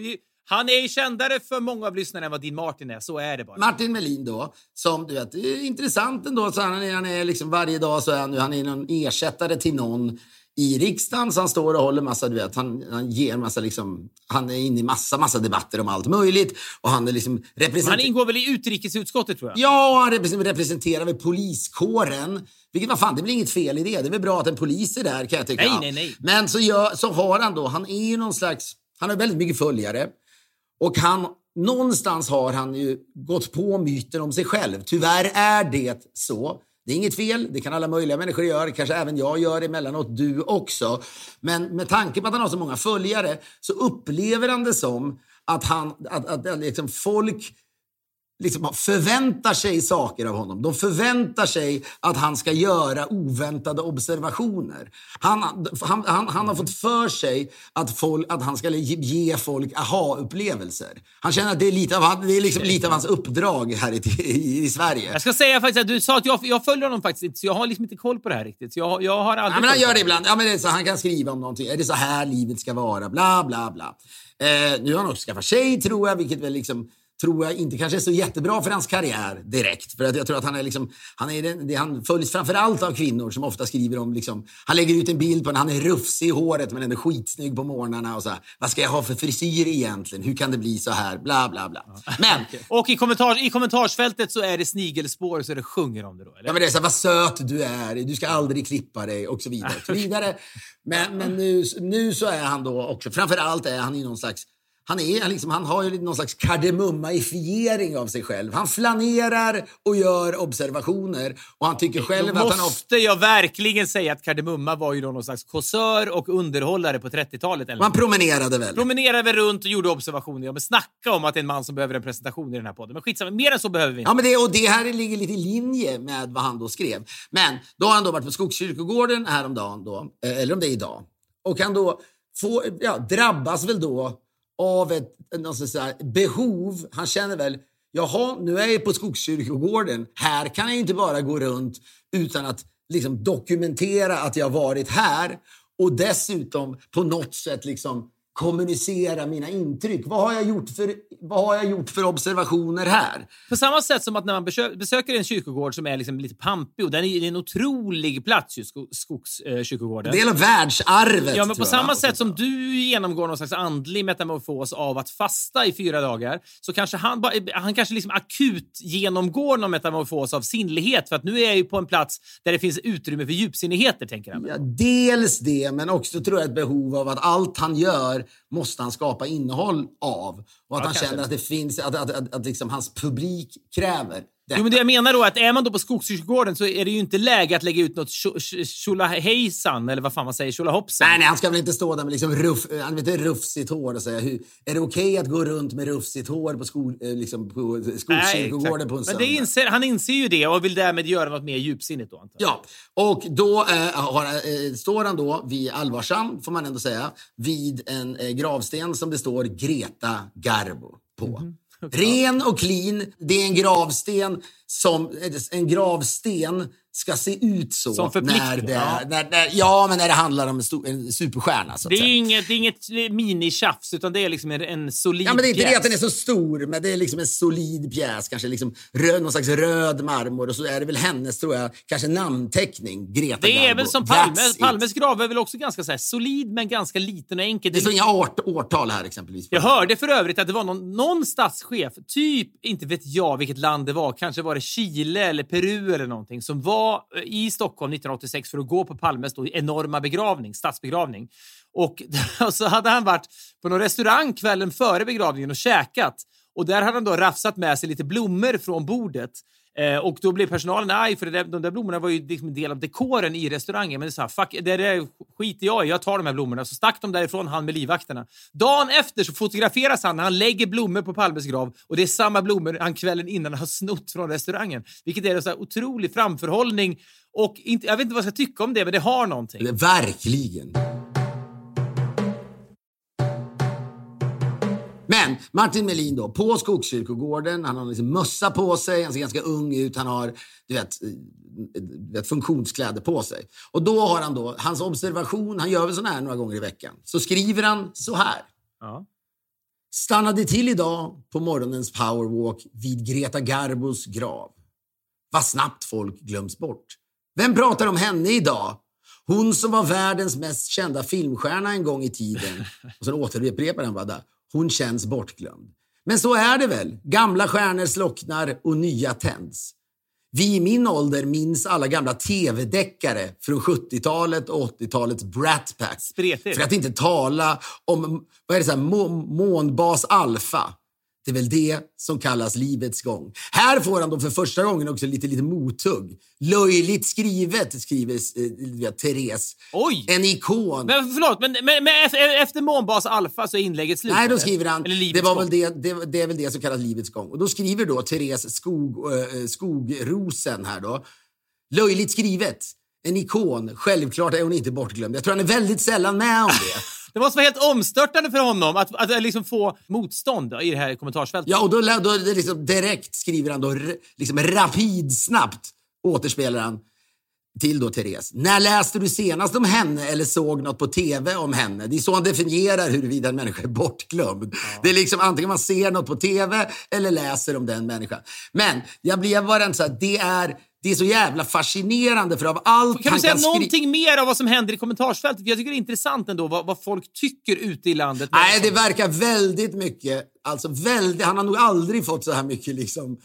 Han är kändare för många av lyssnarna än vad din Martin är, så är det bara. Martin Melin då, som du vet, det är intressant ändå, så han är, han är liksom varje dag så är han, han är någon ersättare till någon i riksdagen, så han står och håller massa, du vet, han, han ger massa liksom, han är inne i massa, massa debatter om allt möjligt, och han är liksom representer- Han ingår väl i utrikesutskottet, tror jag? Ja, han representerar väl poliskåren, vilket vad fan, det blir inget fel i det, det är väl bra att en polis är där, kan jag tycka. Nej, nej, nej. Men så, gör, så har han då, han är ju någon slags, han har väldigt mycket följare, och han, någonstans har han ju gått på myten om sig själv. Tyvärr är det så. Det är inget fel, det kan alla möjliga människor göra, kanske även jag gör emellanåt, du också. Men med tanke på att han har så många följare så upplever han det som att, han, att, att, att liksom folk liksom förväntar sig saker av honom. De förväntar sig att han ska göra oväntade observationer. Han, han, han, han har fått för sig att, folk, att han ska ge folk aha-upplevelser. Han känner att det är lite av, det är liksom lite av hans uppdrag här i, i, i Sverige. Jag ska säga faktiskt att du sa att jag, jag följer honom faktiskt inte, så jag har liksom inte koll på det här riktigt. Så jag, jag har aldrig ja, men han gör det ibland. Ja, men det är så, han kan skriva om någonting. Är det så här livet ska vara? Bla, bla, bla. Eh, nu har han också skaffat tjej, tror jag, vilket väl liksom... tror jag inte kanske är så jättebra för hans karriär direkt. För att jag tror att han är liksom, han är den, det, han följs framförallt av kvinnor som ofta skriver om liksom, han lägger ut en bild på när han är rufsig i håret men ändå skitsnygg på morgnarna och så här, vad ska jag ha för frisyr egentligen? Hur kan det bli så här? Bla bla bla. Men okay. Och i, kommentar, i kommentarsfältet så är det snigelspår, så det sjunger om det då, eller? Ja, men det är så här, vad söt du är, du ska aldrig klippa dig och så vidare. Och så vidare. Men, men nu, nu så är han då också, framförallt är han i någon slags, Han, är, liksom, han har ju någon slags kardemumma-ifiering av sig själv. Han flanerar och gör observationer. Och han tycker själv då att han... måste jag verkligen säga att Kardemumma var ju då någon slags kåsör och underhållare på trettiotalet. Eller? Man promenerade väl. Promenerade väl runt och gjorde observationer. Ja, men snacka om att det är en man som behöver en presentation i den här podden. Men skitsamma, mer än så behöver vi inte. Ja, men det, och det här ligger lite i linje med vad han då skrev. Men då har han då varit på Skogskyrkogården häromdagen då. Eller om det är idag. Och han då får, ja, drabbas väl då av ett någon så här behov. Han känner väl, jaha, nu är jag på Skogskyrkogården. Här kan jag inte bara gå runt utan att liksom dokumentera att jag varit här. Och dessutom på något sätt liksom kommunicera mina intryck. Vad har jag gjort för, vad har jag gjort för observationer här? På samma sätt som att när man besöker en kyrkogård som är liksom lite pampig, och den är en otrolig plats, just Skogskyrkogården. Det är världsarvet. Ja, men på samma sätt som du genomgår någon slags andlig metamorfos av att fasta i fyra dagar, så kanske han, han kanske liksom akut genomgår någon metamorfos av sinnlighet, för att nu är jag ju på en plats där det finns utrymme för djupsinnigheter, tänker han. Ja, dels det, men också tror jag ett behov av att allt han gör måste han skapa innehåll av. Och att ja, han känner att det finns, att, att, att, att liksom hans publik kräver detta. Jo, men det jag menar då, att är man då på Skogskyrkogården så är det ju inte läge att lägga ut något tjolahejsan, eller vad fan man säger, tjolahoppsan. Nej, nej, han ska väl inte stå där med liksom ruff, han vet inte, rufsigt hår och säga, hur, är det okej okay att gå runt med rufsigt hår på, skol, liksom på Skogskyrkogården på en söndag? Men det inser, han inser ju det och vill därmed göra något mer djupsinnigt då, antar jag. Ja, och då eh, har, eh, står han då vid allvarsam, får man ändå säga, vid en eh, gravsten som det står Greta Garbo på. Mm. Ren och clean, det är en gravsten som en gravsten ska se ut så som när det är, när, när, ja, men när det handlar om en, stor, en superstjärna så att det är säga. inget, det är inget mini-tjafs, utan det är liksom en, en solid. Ja, men det är inte pjäs. det att den är så stor, men det är liksom en solid pjäs, kanske liksom röd, någon slags röd marmor, och så är det väl hennes, tror jag, kanske namnteckning, Greta Det är Garbo. väl som Palme, Palmes grav är väl också ganska så här solid, men ganska liten och enkel. Det är så inga årt, årtal här exempelvis. Jag hörde för övrigt att det var någon, någon statschef, typ, inte vet jag vilket land det var, kanske var det Chile eller Peru eller någonting, som var i Stockholm nittonhundraåttiosex för att gå på Palmes då enorma begravning, statsbegravning. Och, och så hade han varit på någon restaurang kvällen före begravningen och käkat. Och där hade han då rafsat med sig lite blommor från bordet. Eh, och då blev personalen arg, för det där, de där blommorna var ju liksom en del av dekoren i restaurangen. Men det är så här, fuck, det där skiter jag i, jag tar de här blommorna. Så stack de därifrån, han med livvakterna. Dagen efter så fotograferas han när han lägger blommor på Palmes grav. Och det är samma blommor han kvällen innan har snott från restaurangen. Vilket är en så här otrolig framförhållning. Och inte, jag vet inte vad jag ska tycka om det, men det har någonting. Det, verkligen. Men Martin Melin då, på Skogskyrkogården, han har liksom mössa på sig, han ser ganska ung ut, han har, du vet, du vet, funktionskläder på sig. Och då har han då, hans observation, han gör väl sån här några gånger i veckan, så skriver han så här. Ja. Stannade till idag på morgonens powerwalk vid Greta Garbos grav. Vad snabbt folk glöms bort. Vem pratar om henne idag? Hon som var världens mest kända filmstjärna en gång i tiden. Och sen återupprepar den bara där. Hon känns bortglömd. Men så är det väl. Gamla stjärnor slocknar och nya tänds. Vi i min ålder minns alla gamla tv-deckare från sjuttiotalet och åttiotalets Brat Pack. Spretigt. För att inte tala om vad är det så här, må, månbas alfa. Det är väl det som kallas livets gång. Här får han då för första gången också lite, lite mothugg. Löjligt skrivet, skriver eh, Therese. Oj! En ikon. Men förlåt, men, men, men efter, efter månbas alfa så är inlägget slut? Nej, då skriver han, det, var gång. väl det, det, det är väl det som kallas livets gång. Och då skriver då Therese Skog, äh, Skogrosen här då. Löjligt skrivet. En ikon. Självklart är hon inte bortglömd. Jag tror han är väldigt sällan med om det. Det måste vara helt omstörtande för honom att, att liksom få motstånd i det här kommentarsfältet. Ja, och då, då det liksom direkt skriver han då liksom rapid, snabbt återspelar han till då Therese. När läste du senast om henne eller såg något på tv om henne? Det är så han definierar huruvida en människa är bortglömd. Ja. Det är liksom antingen man ser något på tv eller läser om den människan. Men jag blir bara inte så här, det är... Det är så jävla fascinerande för av allt kan han du säga kan någonting skri- mer av vad som händer i kommentarsfältet? Jag tycker det är intressant ändå vad, vad folk tycker ute i landet. Nej, det verkar väldigt mycket, alltså väldigt, han har nog aldrig fått så här mycket liksom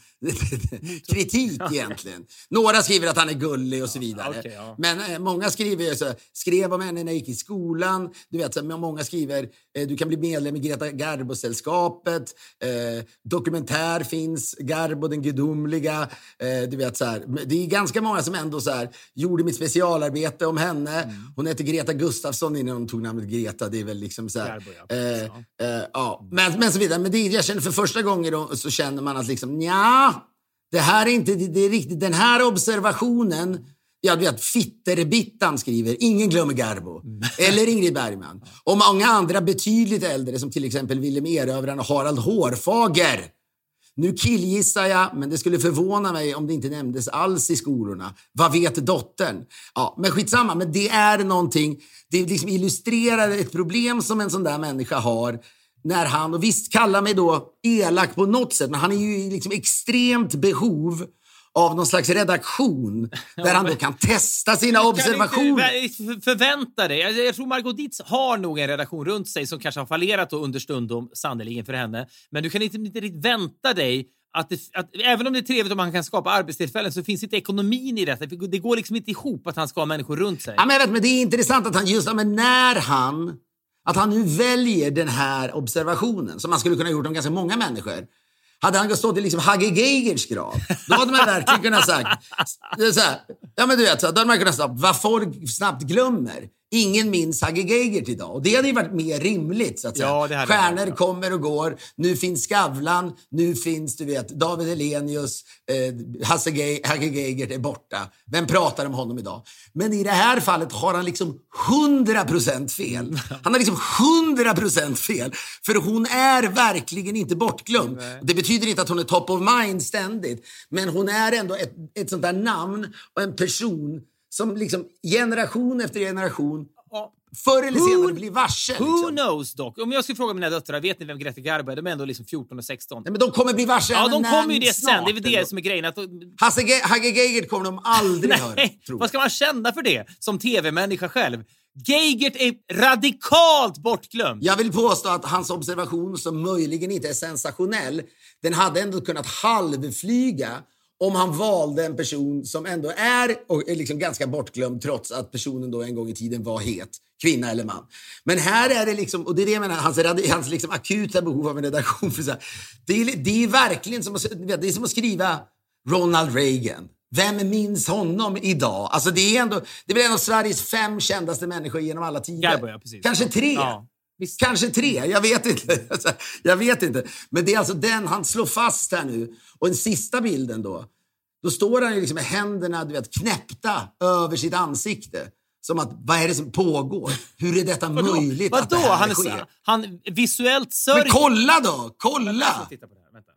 kritik egentligen. Några skriver att han är gullig och så vidare. Okay, ja. Men eh, många skriver så skrev om henne när jag gick i skolan. Du vet så många skriver eh, du kan bli medlem i Greta Garbo-sällskapet. Eh, dokumentär finns Garbo den gudomliga. Eh, du vet så här, det är ganska många som ändå så här gjorde mitt specialarbete om henne. Mm. Hon heter Greta Gustafsson innan hon tog namnet Greta. Det är väl liksom så här. Garbo, ja. Eh, eh, ja. Men, men så vidare. Men det, jag känner för första gången då, så känner man att liksom nja. Det här är inte det, det är riktigt. Den här observationen, ja, du vet, Fitterbittan skriver, ingen glömmer Garbo. Eller Ingrid Bergman. Och många andra betydligt äldre, som till exempel Willem Erövraren och Harald Hårfager. Nu killgissar jag, men det skulle förvåna mig om det inte nämndes alls i skolorna. Vad vet dottern? Ja, men skitsamma, men det är någonting, det liksom illustrerar ett problem som en sån där människa har. När han, och visst kallar mig då elak på något sätt, men han är ju i liksom extremt behov av någon slags redaktion där ja, han då kan testa sina observationer. Inte förvänta dig. Jag, jag tror Margot Dietz har nog en redaktion runt sig som kanske har fallerat och understundom sannoliken för henne. Men du kan inte, inte riktigt vänta dig att, det, att även om det är trevligt om man kan skapa arbetstillfällen så finns inte ekonomin i detta. Det går liksom inte ihop att han ska ha människor runt sig. Ja, men jag vet, men det är intressant att han just, men när han att han nu väljer den här observationen som man skulle kunna ha gjort om ganska många människor. Hade han stått i liksom Hagge Geigers grav, då hade man verkligen kunnat sagt, det är så här, ja men du vet, så då hade man kunnat säga vad folk snabbt glömmer. Ingen minns Hagge Geigert idag. Och det hade ju varit mer rimligt så att säga. Ja, det hade Stjärnor varit, ja. kommer och går. Nu finns Skavlan. Nu finns, du vet, David Hellenius. Eh, Hasse Ge- Hagge Geigert är borta. Vem pratar om honom idag? Men i det här fallet har han liksom hundra procent fel. Han har liksom hundra procent fel. För hon är verkligen inte bortglömd. Nej. Det betyder inte att hon är top of mind ständigt. Men hon är ändå ett, ett sånt där namn och en person som liksom generation efter generation förr eller senare blir varse. Who liksom. knows dock? Om jag skulle fråga mina döttrar, vet ni vem Greta Garbo är? De är ändå liksom fjorton och sexton. Nej, men de kommer bli varse. Ja, de kommer ju det snart, sen. Det är väl det ändå. som är grejen. Att de... Hasse Ge- Hagge Geigert kommer de aldrig höra. Tror vad ska man känna för det som tv-människa själv? Geigert är radikalt bortglömd. Jag vill påstå att hans observation, som möjligen inte är sensationell, den hade ändå kunnat halvflyga om han valde en person som ändå är, och är liksom ganska bortglömd trots att personen då en gång i tiden var het, kvinna eller man. Men här är det liksom, och det är det jag menar, hans, hans liksom akuta behov av en redaktion. För så här, det, är, det är verkligen som att, det är som att skriva Ronald Reagan. Vem minns honom idag? Alltså det är ändå, det är väl en av Sveriges fem kändaste människor genom alla tider. Garbo, ja, precis. Kanske tre. Ja. Kanske tre, jag vet inte. Jag vet inte. Men det är alltså den han slår fast här nu. Och den sista bilden då. Då står han ju liksom med händerna, du vet, knäppta över sitt ansikte. Som att, vad är det som pågår? Hur är detta Vadå? möjligt Vadå? att det här han, sker? han visuellt sörjer. Men kolla då, kolla! Titta på det här, vänta.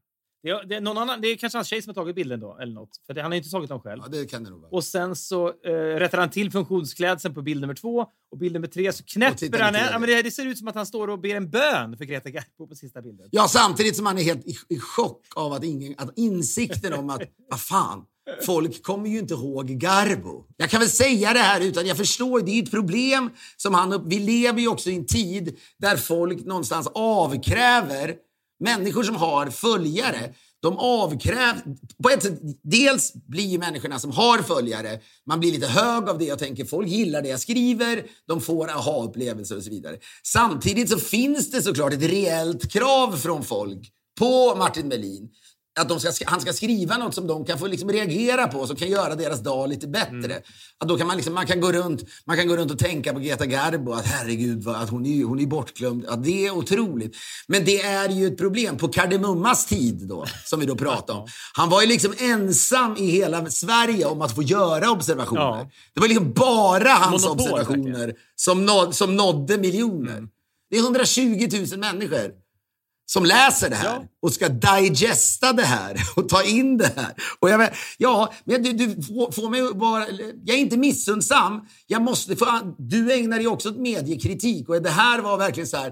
Det är, det är någon annan, det är kanske hans tjej som har tagit bilden då, eller något. För det, han har inte tagit dem själv. Ja, det kan det nog vara. Och sen så eh, rättar han till funktionsklädseln på bild nummer två. Och bild nummer tre så knäpper han. Ja, men det, det ser ut som att han står och ber en bön för Greta Garbo på sista bilden. Ja, samtidigt som han är helt i, i chock av att, ingen, att insikten om att, vad fan, folk kommer ju inte ihåg Garbo. Jag kan väl säga det här utan jag förstår, det är ett problem som han, vi lever ju också i en tid där folk någonstans avkräver människor som har följare. De avkrävs, på ett sätt, dels blir ju människorna som har följare, man blir lite hög av det och tänker folk gillar det jag skriver, de får aha-upplevelser och så vidare. Samtidigt så finns det såklart ett reellt krav från folk på Martin Melin. Att de ska, han ska skriva något som de kan få liksom reagera på som kan göra deras dag lite bättre. Mm. Att då kan man, liksom, man, kan gå runt, man kan gå runt och tänka på Greta Garbo att herregud, vad, att hon är, hon är bortglömd. Att det är otroligt. Men det är ju ett problem på Kardemummas tid då, som vi då pratar om. Han var ju liksom ensam i hela Sverige om att få göra observationer. Ja. Det var liksom bara hans Monopol, observationer som, nåd, som nådde miljoner. Mm. Det är hundratjugo tusen människor som läser det här ja. och ska digesta det här och ta in det här. Och jag vet, ja, men du, du får mig vara, jag är inte missundsam. Jag måste, för du ägnar dig också åt mediekritik och det här var verkligen så här,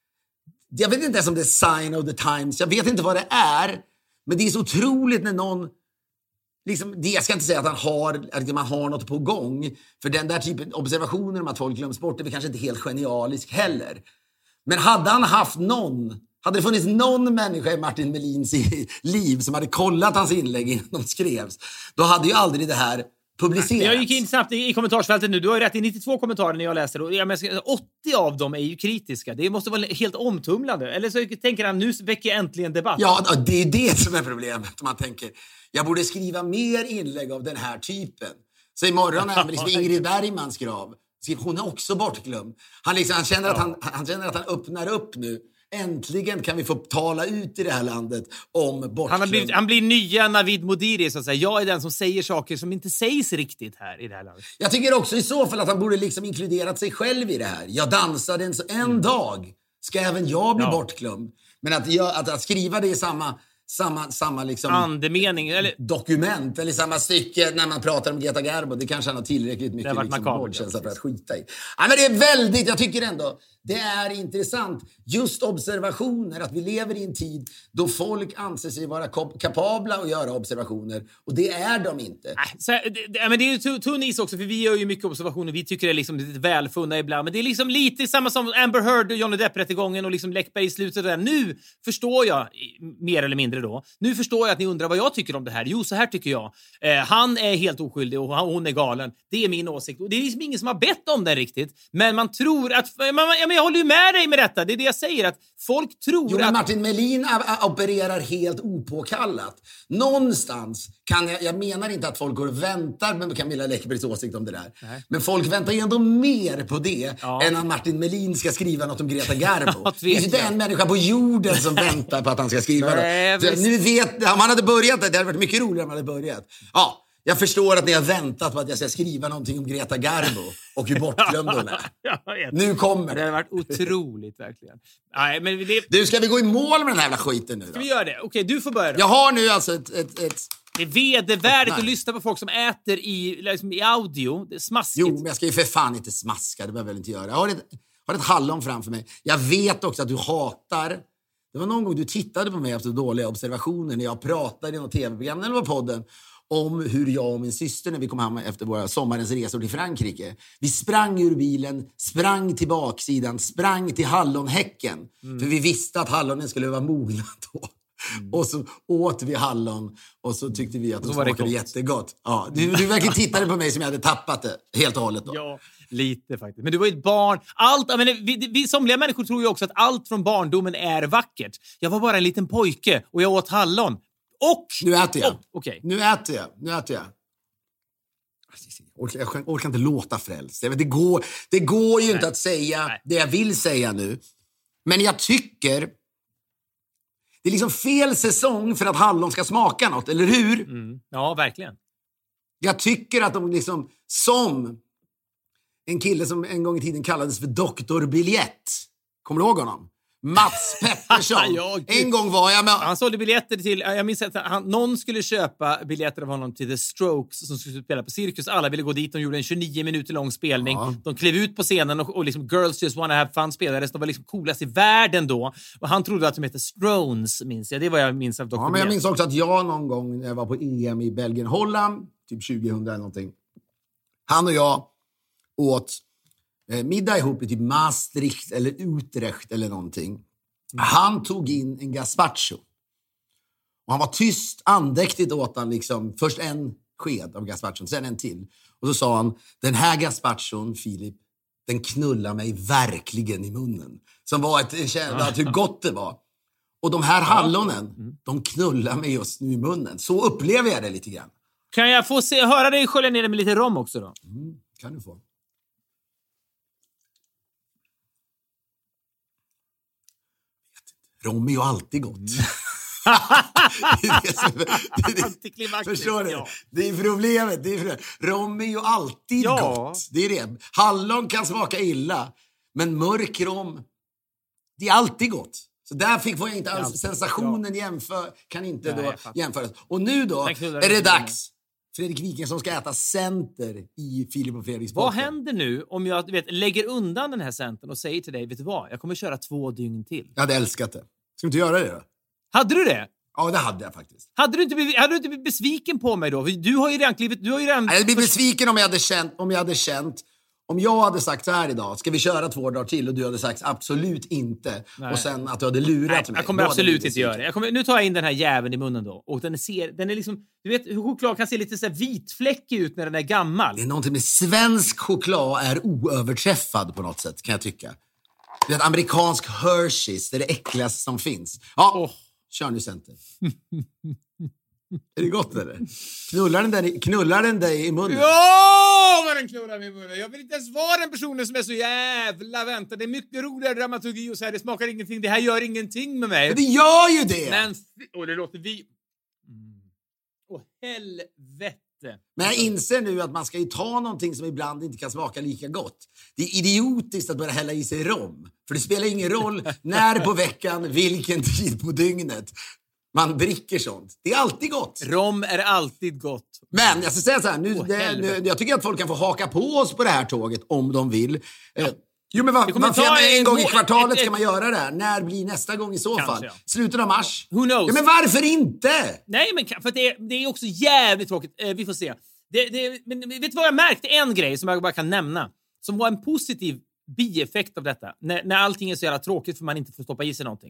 jag vet inte ens om det är sign of the times, jag vet inte vad det är, men det är så otroligt när någon liksom, det, jag ska inte säga att han har, att man har något på gång, för den där typen av observationer om att folk glöms bort, det är kanske inte helt genialisk heller. Men hade han haft någon, hade det funnits någon människa i Martin Melins liv som hade kollat hans inlägg innan de skrevs, då hade ju aldrig det här publicerats. Jag gick in snabbt i kommentarsfältet nu. Du har ju rätt, i nittiotvå kommentarer när jag läser. Och jag menar, åttio av dem är ju kritiska. Det måste vara helt omtumlande. Eller så tänker han, nu väcker jag äntligen debatt. Ja, det är det som är problemet. Man tänker, jag borde skriva mer inlägg av den här typen. Så imorgon är liksom Ingrid Bergmans grav. Hon är också bortglömd. Han, liksom, han, känner att han, han känner att han öppnar upp nu. Äntligen kan vi få tala ut i det här landet om bortglömd. Han, har blivit, han blir nya Navid Modiri, så att säga. Jag är den som säger saker som inte sägs riktigt här i det här landet. Jag tycker också i så fall att han borde liksom inkluderat sig själv i det här. Jag dansade en, en mm. dag. Ska även jag bli ja. bortglömd? Men att, jag, att, att skriva det i samma... Samma, samma liksom andemening, eller dokument eller samma stycke när man pratar om Greta Garbo, det kanske han har tillräckligt mycket liksom bollkänsla för att skita i. Ja, men det är väldigt, jag tycker ändå det är intressant just observationer, att vi lever i en tid då folk anser sig vara kapabla att göra observationer och det är de inte. Nej, så, det, men det är ju tunn is också, för vi gör ju mycket observationer, vi tycker det är liksom lite välfunna ibland, men det är liksom lite samma som Amber Heard och Johnny Depp-rättegången och liksom Läckberg i slutet där. Nu förstår jag mer eller mindre då. Nu förstår jag att ni undrar vad jag tycker om det här. Jo, så här tycker jag. Eh, han är helt oskyldig och hon är galen. Det är min åsikt. Och det är liksom ingen som har bett om det riktigt. Men man tror att... Man, man, jag håller ju med dig med detta. Det är det jag säger. Att folk tror jo, att... Martin Melin opererar helt opåkallat. Någonstans kan jag... Jag menar inte att folk går och väntar med Camilla Läckbergs åsikt om det där. Nej. Men folk väntar ju ändå mer på det ja. än att Martin Melin ska skriva något om Greta Garbo. Ja, det finns inte en människa på jorden som väntar på att han ska skriva Nej, det. Nu vet, om han hade börjat, det hade varit mycket roligare om han hade börjat. Ja, jag förstår att ni har väntat på att jag ska skriva någonting om Greta Garbo och hur bortglömd hon är. Nu kommer det. Det har varit otroligt, verkligen. Nej, men det... Du, ska vi gå i mål med den här jävla skiten nu då? Ska vi göra det? Okej, du får börja då. Jag har nu alltså ett... ett, ett... Det är vedervärdigt att lyssna på folk som äter i, liksom, i audio. Det är smaskigt. Jo, men jag ska ju för fan inte smaska. Det behöver jag väl inte göra. Jag har ett, har ett hallon framför mig. Jag vet också att du hatar... Det var någon gång du tittade på mig efter dåliga observationer när jag pratade i något tv-program eller på podden om hur jag och min syster när vi kom hem efter våra sommarens resor till Frankrike. Vi sprang ur bilen, sprang till baksidan, sprang till hallonhäcken. Mm. För vi visste att hallonen skulle vara mogna då. Mm. Och så åt vi hallon och så tyckte vi att det smakade jättegott. Ja, du, du verkligen tittade på mig som jag hade tappat det helt och hållet då. Ja, lite faktiskt. Men du var ju ett barn. Allt, men vi, vi, somliga människor tror ju också att allt från barndomen är vackert. Jag var bara en liten pojke och jag åt hallon. Och... Nu äter jag. Och, okay. Nu äter jag. Nu äter jag. Jag orkar, jag orkar inte låta frälst. Det går, det går ju Nej. inte att säga Nej. det jag vill säga nu. Men jag tycker... Det är liksom fel säsong för att hallon ska smaka något, eller hur? Mm. Ja, verkligen. Jag tycker att de liksom, som en kille som en gång i tiden kallades för doktor Biljett. Kommer du ihåg honom? Mats Pettersson. Ja, en gång var jag med... Han sålde biljetter till... Jag minns att han, någon skulle köpa biljetter av honom till The Strokes som skulle spela på Cirkus. Alla ville gå dit. De gjorde en tjugonio minuter lång spelning. Ja. De klev ut på scenen och, och liksom Girls Just Wanna Have Fun spelades. De var liksom coolast i världen då. Och han trodde att de hette Strones, minns jag. Det var jag minns av ja, men jag minns också att jag någon gång när jag var på E M i Belgien, Holland, typ tjugohundra eller någonting. Han och jag åt eh, middag ihop i typ Maastricht eller Utrecht eller någonting. Mm. Han tog in en gazpacho. Och han var tyst, andäktigt åt han liksom först en sked av gazpachon, sen en till. Och så sa han, den här gazpachon, Filip, den knullar mig verkligen i munnen. Som var ett en känsla hur gott det var. Och de här hallonen, mm. de knullar mig just nu i munnen. Så upplever jag det lite grann. Kan jag få se, höra dig skölja ner det med lite rom också då? Mm, kan du få. Rom är ju alltid gott. Mm. det är det som, det är det. Förstår du? Ja. Det är problemet. Det är rom är ju alltid ja. gott. Det är det. Hallon kan smaka illa. Men mörk rom, det är alltid gott. Så där fick jag inte alls sensationen ja. jämför, kan inte Nej, då jämföras. Och nu då är det dags. Fredrik Wikingsson som ska äta center i Filip och Fredriks Vad podcast. Händer nu om jag vet, lägger undan den här centern och säger till dig, vet du vad? Jag kommer köra två dygn till. Jag hade älskat det. Ska du inte göra det då? Hade du det? Ja, det hade jag faktiskt. Hade du inte blivit, hade du inte blivit besviken på mig då? Du har ju redan klivit... Du har ju redan... Jag hade blivit besviken om jag hade känt... Om jag hade känt... Om jag hade sagt så här idag, ska vi köra två dagar till och du hade sagt absolut inte. Nej. Och sen att du hade lurat Nej, mig. Jag kommer absolut inte göra det. Jag kommer, nu tar jag in den här jäveln i munnen då. Och den ser, den är liksom, du vet hur choklad kan se lite så här vitfläckig ut när den är gammal. Det är någonting med svensk choklad är oöverträffad på något sätt kan jag tycka. Det är ett amerikansk Hershey's, det är det äckligaste som finns. Ja, oh. Kör nu center. Är det gott eller? Knullar den, där, knullar den dig i munnen? Ja, vad den knullar mig i munnen. Jag vill inte ens vara den personen som är så jävla vänta. Det är mycket roligare dramaturgi och så här. Det smakar ingenting. Det här gör ingenting med mig. Men det gör ju det! Men, och det låter vi... Mm. Åh, helvete. Men jag inser nu att man ska ju ta någonting som ibland inte kan smaka lika gott. Det är idiotiskt att bara hälla i sig rom. För det spelar ingen roll när på veckan, vilken tid på dygnet. Man dricker sånt. Det är alltid gott. Rom är alltid gott. Men jag ska säga så här. Nu, oh, det, nu, jag tycker att folk kan få haka på oss på det här tåget om de vill. Ja. Eh, jo, men vad, man får en, en gång i kvartalet ett, ett, ska man göra det här. När blir nästa gång i så kanske, fall? Ja. Slutet av mars? Who knows? Ja, men varför inte? Nej, men för det, det är också jävligt tråkigt. Eh, vi får se. Det, det, men vet du vad jag märkte? En grej som jag bara kan nämna. Som var en positiv bieffekt av detta. När, när allting är så jävla tråkigt för man inte får stoppa i sig någonting.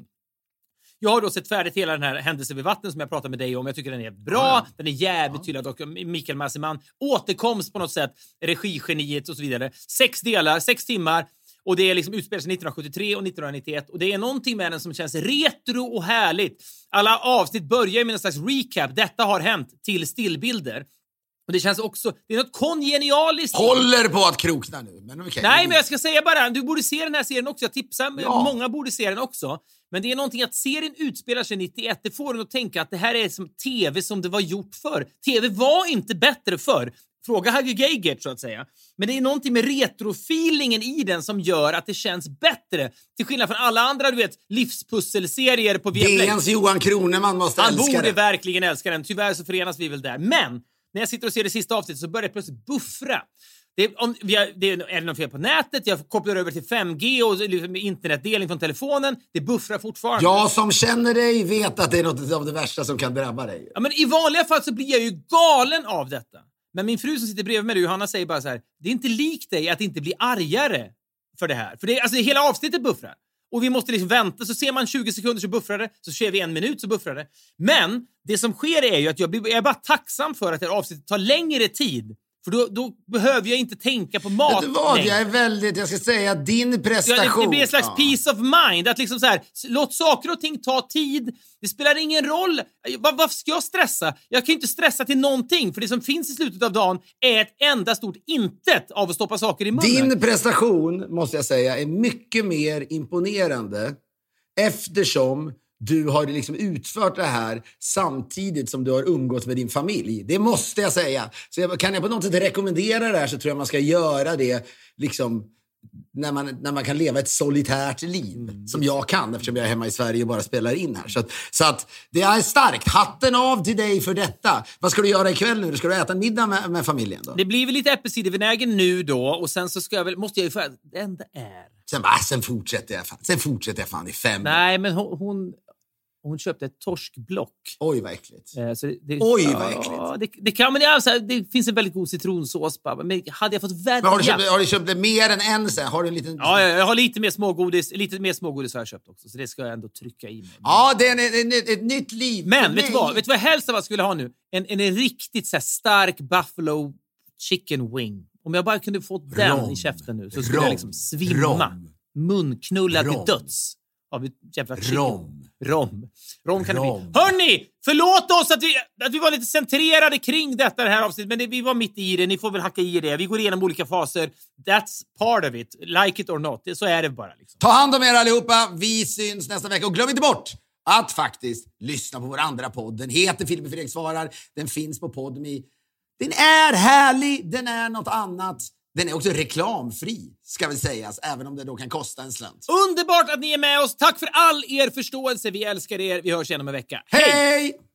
Jag har då sett färdigt hela den här händelsen vid vatten som jag pratade med dig om. Jag tycker den är bra. Ja. Den är jävligt ja. tydlig. Och Mikael Massimman återkomst på något sätt. Regigeniet och så vidare. Sex delar, sex timmar. Och det är liksom utspelat sig nittonhundrasjuttiotre och nittonhundranittioett. Och det är någonting med den som känns retro och härligt. Alla avsnitt börjar med en slags recap. Detta har hänt till stillbilder. Och det känns också, det är något kongenialiskt. Håller på att krokna nu. Men okay. Nej, men jag ska säga bara, du borde se den här serien också. Jag tipsar, ja. många borde se den också. Men det är någonting att serien utspelar sig nittioett. Det får en att tänka att det här är som tv som det var gjort för. Tv var inte bättre för. Fråga Hagge Geigert så att säga. Men det är någonting med retrofeelingen i den som gör att det känns bättre. Till skillnad från alla andra, du vet, livspusselserier på Viaplay. Det är ens Johan Kroneman måste Han älska borde det. verkligen älska den. Tyvärr så förenas vi väl där. Men när jag sitter och ser det sista avsnittet så börjar det plötsligt buffra. Det är, om, vi har, det är, är det något fel på nätet? Jag kopplar över till fem G och liksom, internetdelning från telefonen. Det buffrar fortfarande. Jag som känner dig vet att det är något av det värsta som kan drabba dig. Ja, men i vanliga fall så blir jag ju galen av detta. Men min fru som sitter bredvid mig, Johanna, säger bara så här: det är inte likt dig att inte bli argare för det här. För det, alltså, hela avsnittet buffrar. Och vi måste liksom vänta. Så ser man tjugo sekunder så buffrar det. Så ser vi en minut så buffrar det. Men det som sker är ju att jag, blir, jag är bara tacksam för att det här avsnittet tar längre tid. För då, då behöver jag inte tänka på mat. Vet du vad? Jag är väldigt, jag ska säga, din prestation. Ja, det, det blir en slags ja. peace of mind. Att liksom så här, låt saker och ting ta tid. Det spelar ingen roll. Var, varför ska jag stressa? Jag kan ju inte stressa till någonting. För det som finns i slutet av dagen är ett enda stort intet av att stoppa saker i munnen. Din prestation, måste jag säga, är mycket mer imponerande. Eftersom du har liksom utfört det här samtidigt som du har umgått med din familj. Det måste jag säga. Så jag, kan jag på något sätt rekommendera det här så tror jag man ska göra det liksom när man, när man kan leva ett solitärt liv. Mm. Som jag kan, eftersom jag är hemma i Sverige och bara spelar in här. Så att, så att det är starkt. Hatten av till dig för detta. Vad ska du göra ikväll nu? Ska du äta en middag med, med familjen då? Det blir väl lite äppelcidervinäger nu då. Och sen så ska jag väl, måste jag ju för det enda är... Sen, ah, sen fortsätter jag fan. Sen fortsätter jag fan i fem. Nej, men hon... hon... Hon köpte ett torskblock. Oj, vad äckligt. Eh, så det, det, Oj, ja, vad äckligt. Det, det, kan, men det, alltså, det finns en väldigt god citronsås. Bara. Men hade jag fått välja... Men har, du köpt, har du köpt det mer än en? Så har du en liten... Ja, jag, jag har lite mer smågodis. Lite mer smågodis har jag köpt också. Så det ska jag ändå trycka i mig. Ja, det är en, en, ett nytt liv. Men vet du vad? Vet du vad helst av vad jag skulle ha nu? En, en, en riktigt så här, stark buffalo chicken wing. Om jag bara kunde få den rom, i käften nu så skulle rom, jag liksom svimma. Rom, Munknulla till döds. Av ett jävla chicken. Rom. Rom. Rom kan Rom. det bli. Hörrni! Förlåt oss att vi, att vi var lite centrerade kring detta det här avsnittet. Men det, vi var mitt i det. Ni får väl hacka i det. Vi går igenom olika faser. That's part of it. Like it or not. Så är det bara. Liksom. Ta hand om er allihopa. Vi syns nästa vecka. Och glöm inte bort att faktiskt lyssna på vår andra podd. Den heter Filip och Fredrik svarar. Den finns på Podme. Den är härlig. Den är något annat. Den är också reklamfri, ska vi sägas, även om det då kan kosta en slant. Underbart att ni är med oss. Tack för all er förståelse. Vi älskar er. Vi hörs igen om en vecka. Hej! Hej!